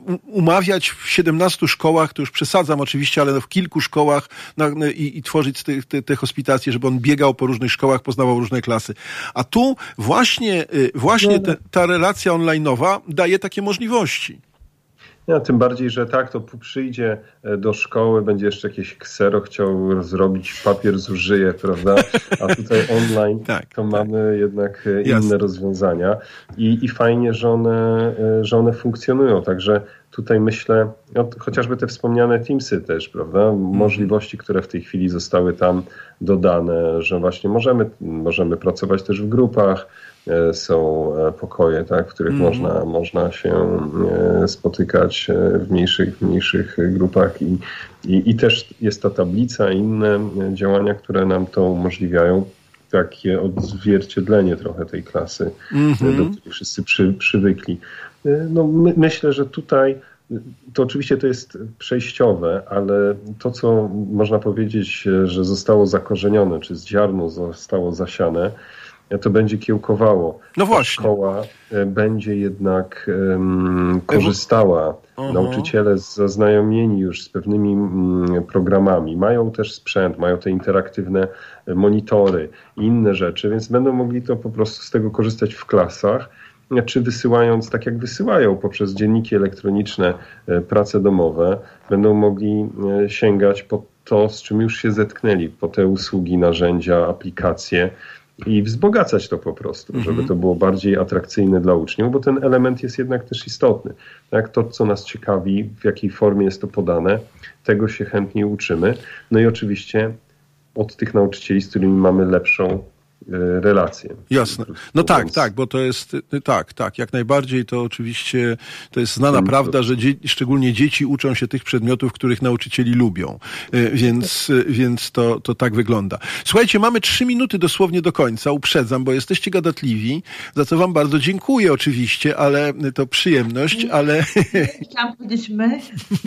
umawiać w siedemnastu szkołach, to już przesadzam oczywiście, ale w kilku szkołach na, na, i, i tworzyć te, te, te hospitacje, żeby on biegał po różnych szkołach, poznawał różne klasy. A tu właśnie, y, właśnie te, ta relacja online'owa daje takie możliwości. Ja, tym bardziej, że tak, to przyjdzie do szkoły, będzie jeszcze jakieś ksero chciał zrobić, papier zużyje, prawda? A tutaj online tak, to tak. mamy jednak inne Jasne. rozwiązania i, i fajnie, że one, że one funkcjonują. Także tutaj myślę, no, chociażby te wspomniane Teamsy też, prawda? Możliwości, które w tej chwili zostały tam dodane, że właśnie możemy, możemy pracować też w grupach. Są pokoje, tak, w których mm. można, można się spotykać w mniejszych, w mniejszych grupach i, i, i też jest ta tablica i inne działania, które nam to umożliwiają. Takie odzwierciedlenie trochę tej klasy, mm-hmm. do której wszyscy przy, przywykli. No, my, myślę, że tutaj to oczywiście to jest przejściowe, ale to, co można powiedzieć, że zostało zakorzenione, czy z ziarno zostało zasiane, to będzie kiełkowało. No właśnie. Szkoła będzie jednak um, korzystała. Uh-huh. Nauczyciele zaznajomieni już z pewnymi um, programami. Mają też sprzęt, mają te interaktywne monitory i inne rzeczy, więc będą mogli to po prostu z tego korzystać w klasach, czy wysyłając, tak jak wysyłają poprzez dzienniki elektroniczne prace domowe, będą mogli sięgać po to, z czym już się zetknęli, po te usługi, narzędzia, aplikacje, i wzbogacać to po prostu, mm-hmm. żeby to było bardziej atrakcyjne dla uczniów, bo ten element jest jednak też istotny. Tak? To, co nas ciekawi, w jakiej formie jest to podane, tego się chętnie uczymy. No i oczywiście od tych nauczycieli, z którymi mamy lepszą relacje. Jasne. No tak, tak, bo to jest, tak, tak, jak najbardziej to oczywiście, to jest znana prawda, że dzie- szczególnie dzieci uczą się tych przedmiotów, których nauczycieli lubią, więc, więc to, to tak wygląda. Słuchajcie, mamy trzy minuty dosłownie do końca, uprzedzam, bo jesteście gadatliwi, za co wam bardzo dziękuję oczywiście, ale to przyjemność, ale... Chciałam powiedzieć my.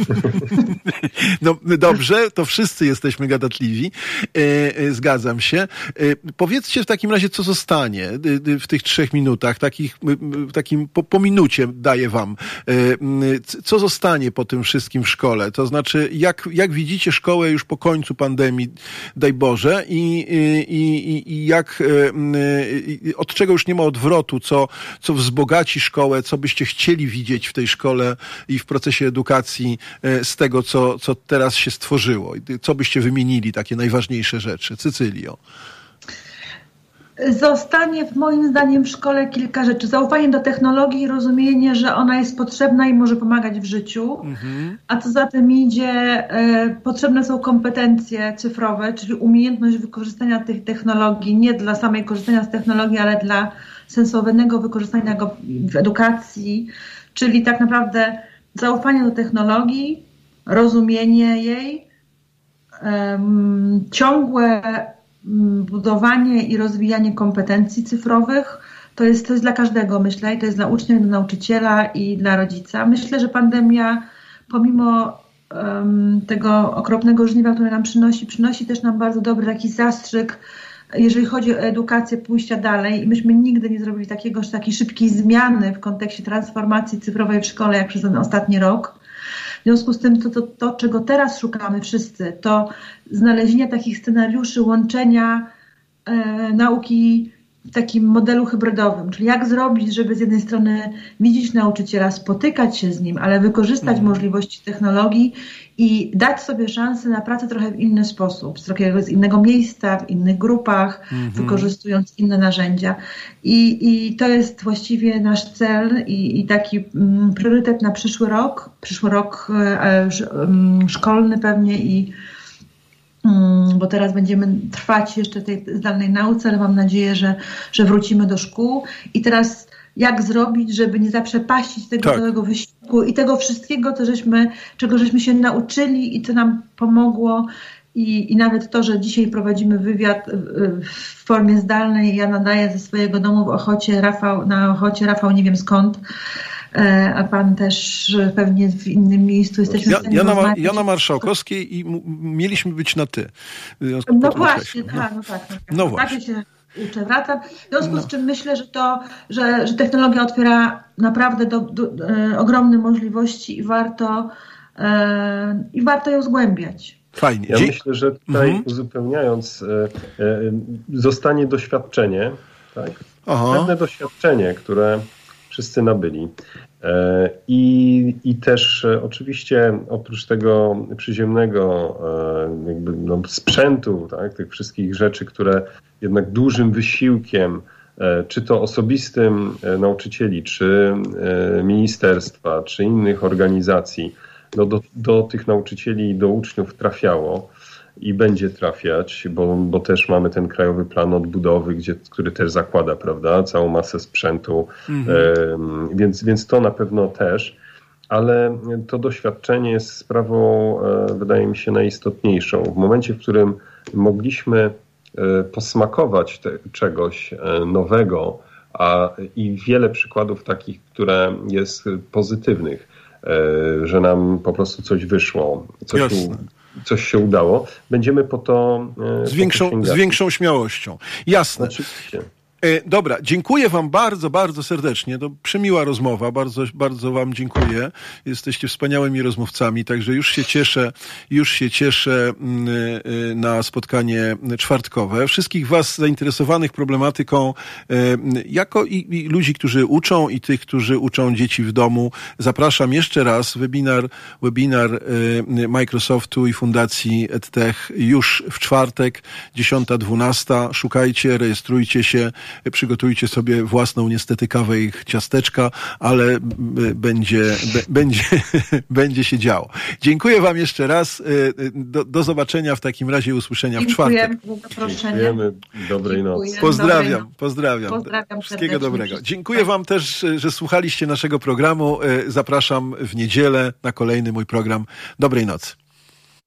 No dobrze, to wszyscy jesteśmy gadatliwi, zgadzam się. Powiedzcie w takim razie, co zostanie w tych trzech minutach, takich, takim po, po minucie daję wam. Co zostanie po tym wszystkim w szkole? To znaczy, jak, jak widzicie szkołę już po końcu pandemii, daj Boże, i, i, i jak, od czego już nie ma odwrotu, co, co wzbogaci szkołę, co byście chcieli widzieć w tej szkole i w procesie edukacji z tego, co, co teraz się stworzyło? Co byście wymienili, takie najważniejsze rzeczy? Cycylio. Zostanie moim zdaniem w szkole kilka rzeczy. Zaufanie do technologii, rozumienie, że ona jest potrzebna i może pomagać w życiu, mhm. a co za tym idzie, e, potrzebne są kompetencje cyfrowe, czyli umiejętność wykorzystania tych technologii, nie dla samej korzystania z technologii, ale dla sensownego wykorzystania go w edukacji, czyli tak naprawdę zaufanie do technologii, rozumienie jej, e, ciągłe budowanie i rozwijanie kompetencji cyfrowych, to jest, to jest dla każdego, myślę, i to jest dla ucznia, dla nauczyciela i dla rodzica. Myślę, że pandemia, pomimo um, tego okropnego żniwa, które nam przynosi, przynosi też nam bardzo dobry taki zastrzyk, jeżeli chodzi o edukację, pójścia dalej. I myśmy nigdy nie zrobili takiego, takiej szybkiej zmiany w kontekście transformacji cyfrowej w szkole, jak przez ten ostatni rok. W związku z tym to, to, to, czego teraz szukamy wszyscy, to znalezienie takich scenariuszy łączenia e, nauki w takim modelu hybrydowym. Czyli jak zrobić, żeby z jednej strony widzieć nauczyciela, spotykać się z nim, ale wykorzystać mm. możliwości technologii i dać sobie szansę na pracę trochę w inny sposób, z, trochę z innego miejsca, w innych grupach, mm-hmm. wykorzystując inne narzędzia. I, i to jest właściwie nasz cel i, i taki mm, priorytet na przyszły rok, przyszły rok e, e, szkolny pewnie i mm, bo teraz będziemy trwać jeszcze w tej zdalnej nauce, ale mam nadzieję, że, że wrócimy do szkół. I teraz jak zrobić, żeby nie zaprzepaścić tego tak. całego wysiłku i tego wszystkiego, co żeśmy, czego żeśmy się nauczyli i co nam pomogło. I, I nawet to, że dzisiaj prowadzimy wywiad w formie zdalnej, ja nadaję ze swojego domu w Ochocie, Rafał, na Ochocie, Rafał nie wiem skąd, a pan też pewnie w innym miejscu. Jesteśmy ja, ja, na, ja na Marszałkowskiej i m- mieliśmy być na ty. No właśnie, no. tak, no tak. No, tak. no właśnie. Tak się uczę, wracam. W związku no. z czym myślę, że to, że, że technologia otwiera naprawdę do, do, do, e, ogromne możliwości i warto, e, i warto ją zgłębiać. Fajnie. Ja Dzie- myślę, że tutaj mhm. uzupełniając e, e, zostanie doświadczenie, tak? Pewne doświadczenie, które wszyscy nabyli. E, i, I też e, oczywiście oprócz tego przyziemnego e, jakby, no, sprzętu, tak, tych wszystkich rzeczy, które jednak dużym wysiłkiem, e, czy to osobistym e, nauczycieli, czy e, ministerstwa, czy innych organizacji, no, do, do tych nauczycieli i do uczniów trafiało i będzie trafiać, bo, bo też mamy ten krajowy plan odbudowy, gdzie, który też zakłada, prawda, całą masę sprzętu, mhm. e, więc, więc to na pewno też, ale to doświadczenie jest sprawą, e, wydaje mi się, najistotniejszą. W momencie, w którym mogliśmy e, posmakować te, czegoś e, nowego, a i wiele przykładów takich, które jest pozytywnych, e, że nam po prostu coś wyszło, coś u, coś się udało, będziemy po to e, z, większą, z większą śmiałością. Jasne. Oczywiście. E, dobra, dziękuję wam bardzo, bardzo serdecznie. To przemiła rozmowa, bardzo, bardzo wam dziękuję. Jesteście wspaniałymi rozmówcami, także już się cieszę, już się cieszę y, y, na spotkanie czwartkowe. Wszystkich was zainteresowanych problematyką, y, jako i, i ludzi, którzy uczą i tych, którzy uczą dzieci w domu, zapraszam jeszcze raz. Webinar, webinar y, Microsoftu i Fundacji EdTech już w czwartek, dziesiąta dwunasta. Szukajcie, rejestrujcie się. Przygotujcie sobie własną niestety kawę i ciasteczka, ale będzie, b- będzie, będzie się działo. Dziękuję wam jeszcze raz. Do, do zobaczenia w takim razie, usłyszenia w czwartek. Dziękujemy. Dobrej nocy. Pozdrawiam, pozdrawiam. Pozdrawiam Wszystkiego dobrego. Dziękuję wam też, że słuchaliście naszego programu. Zapraszam w niedzielę na kolejny mój program. Dobrej nocy.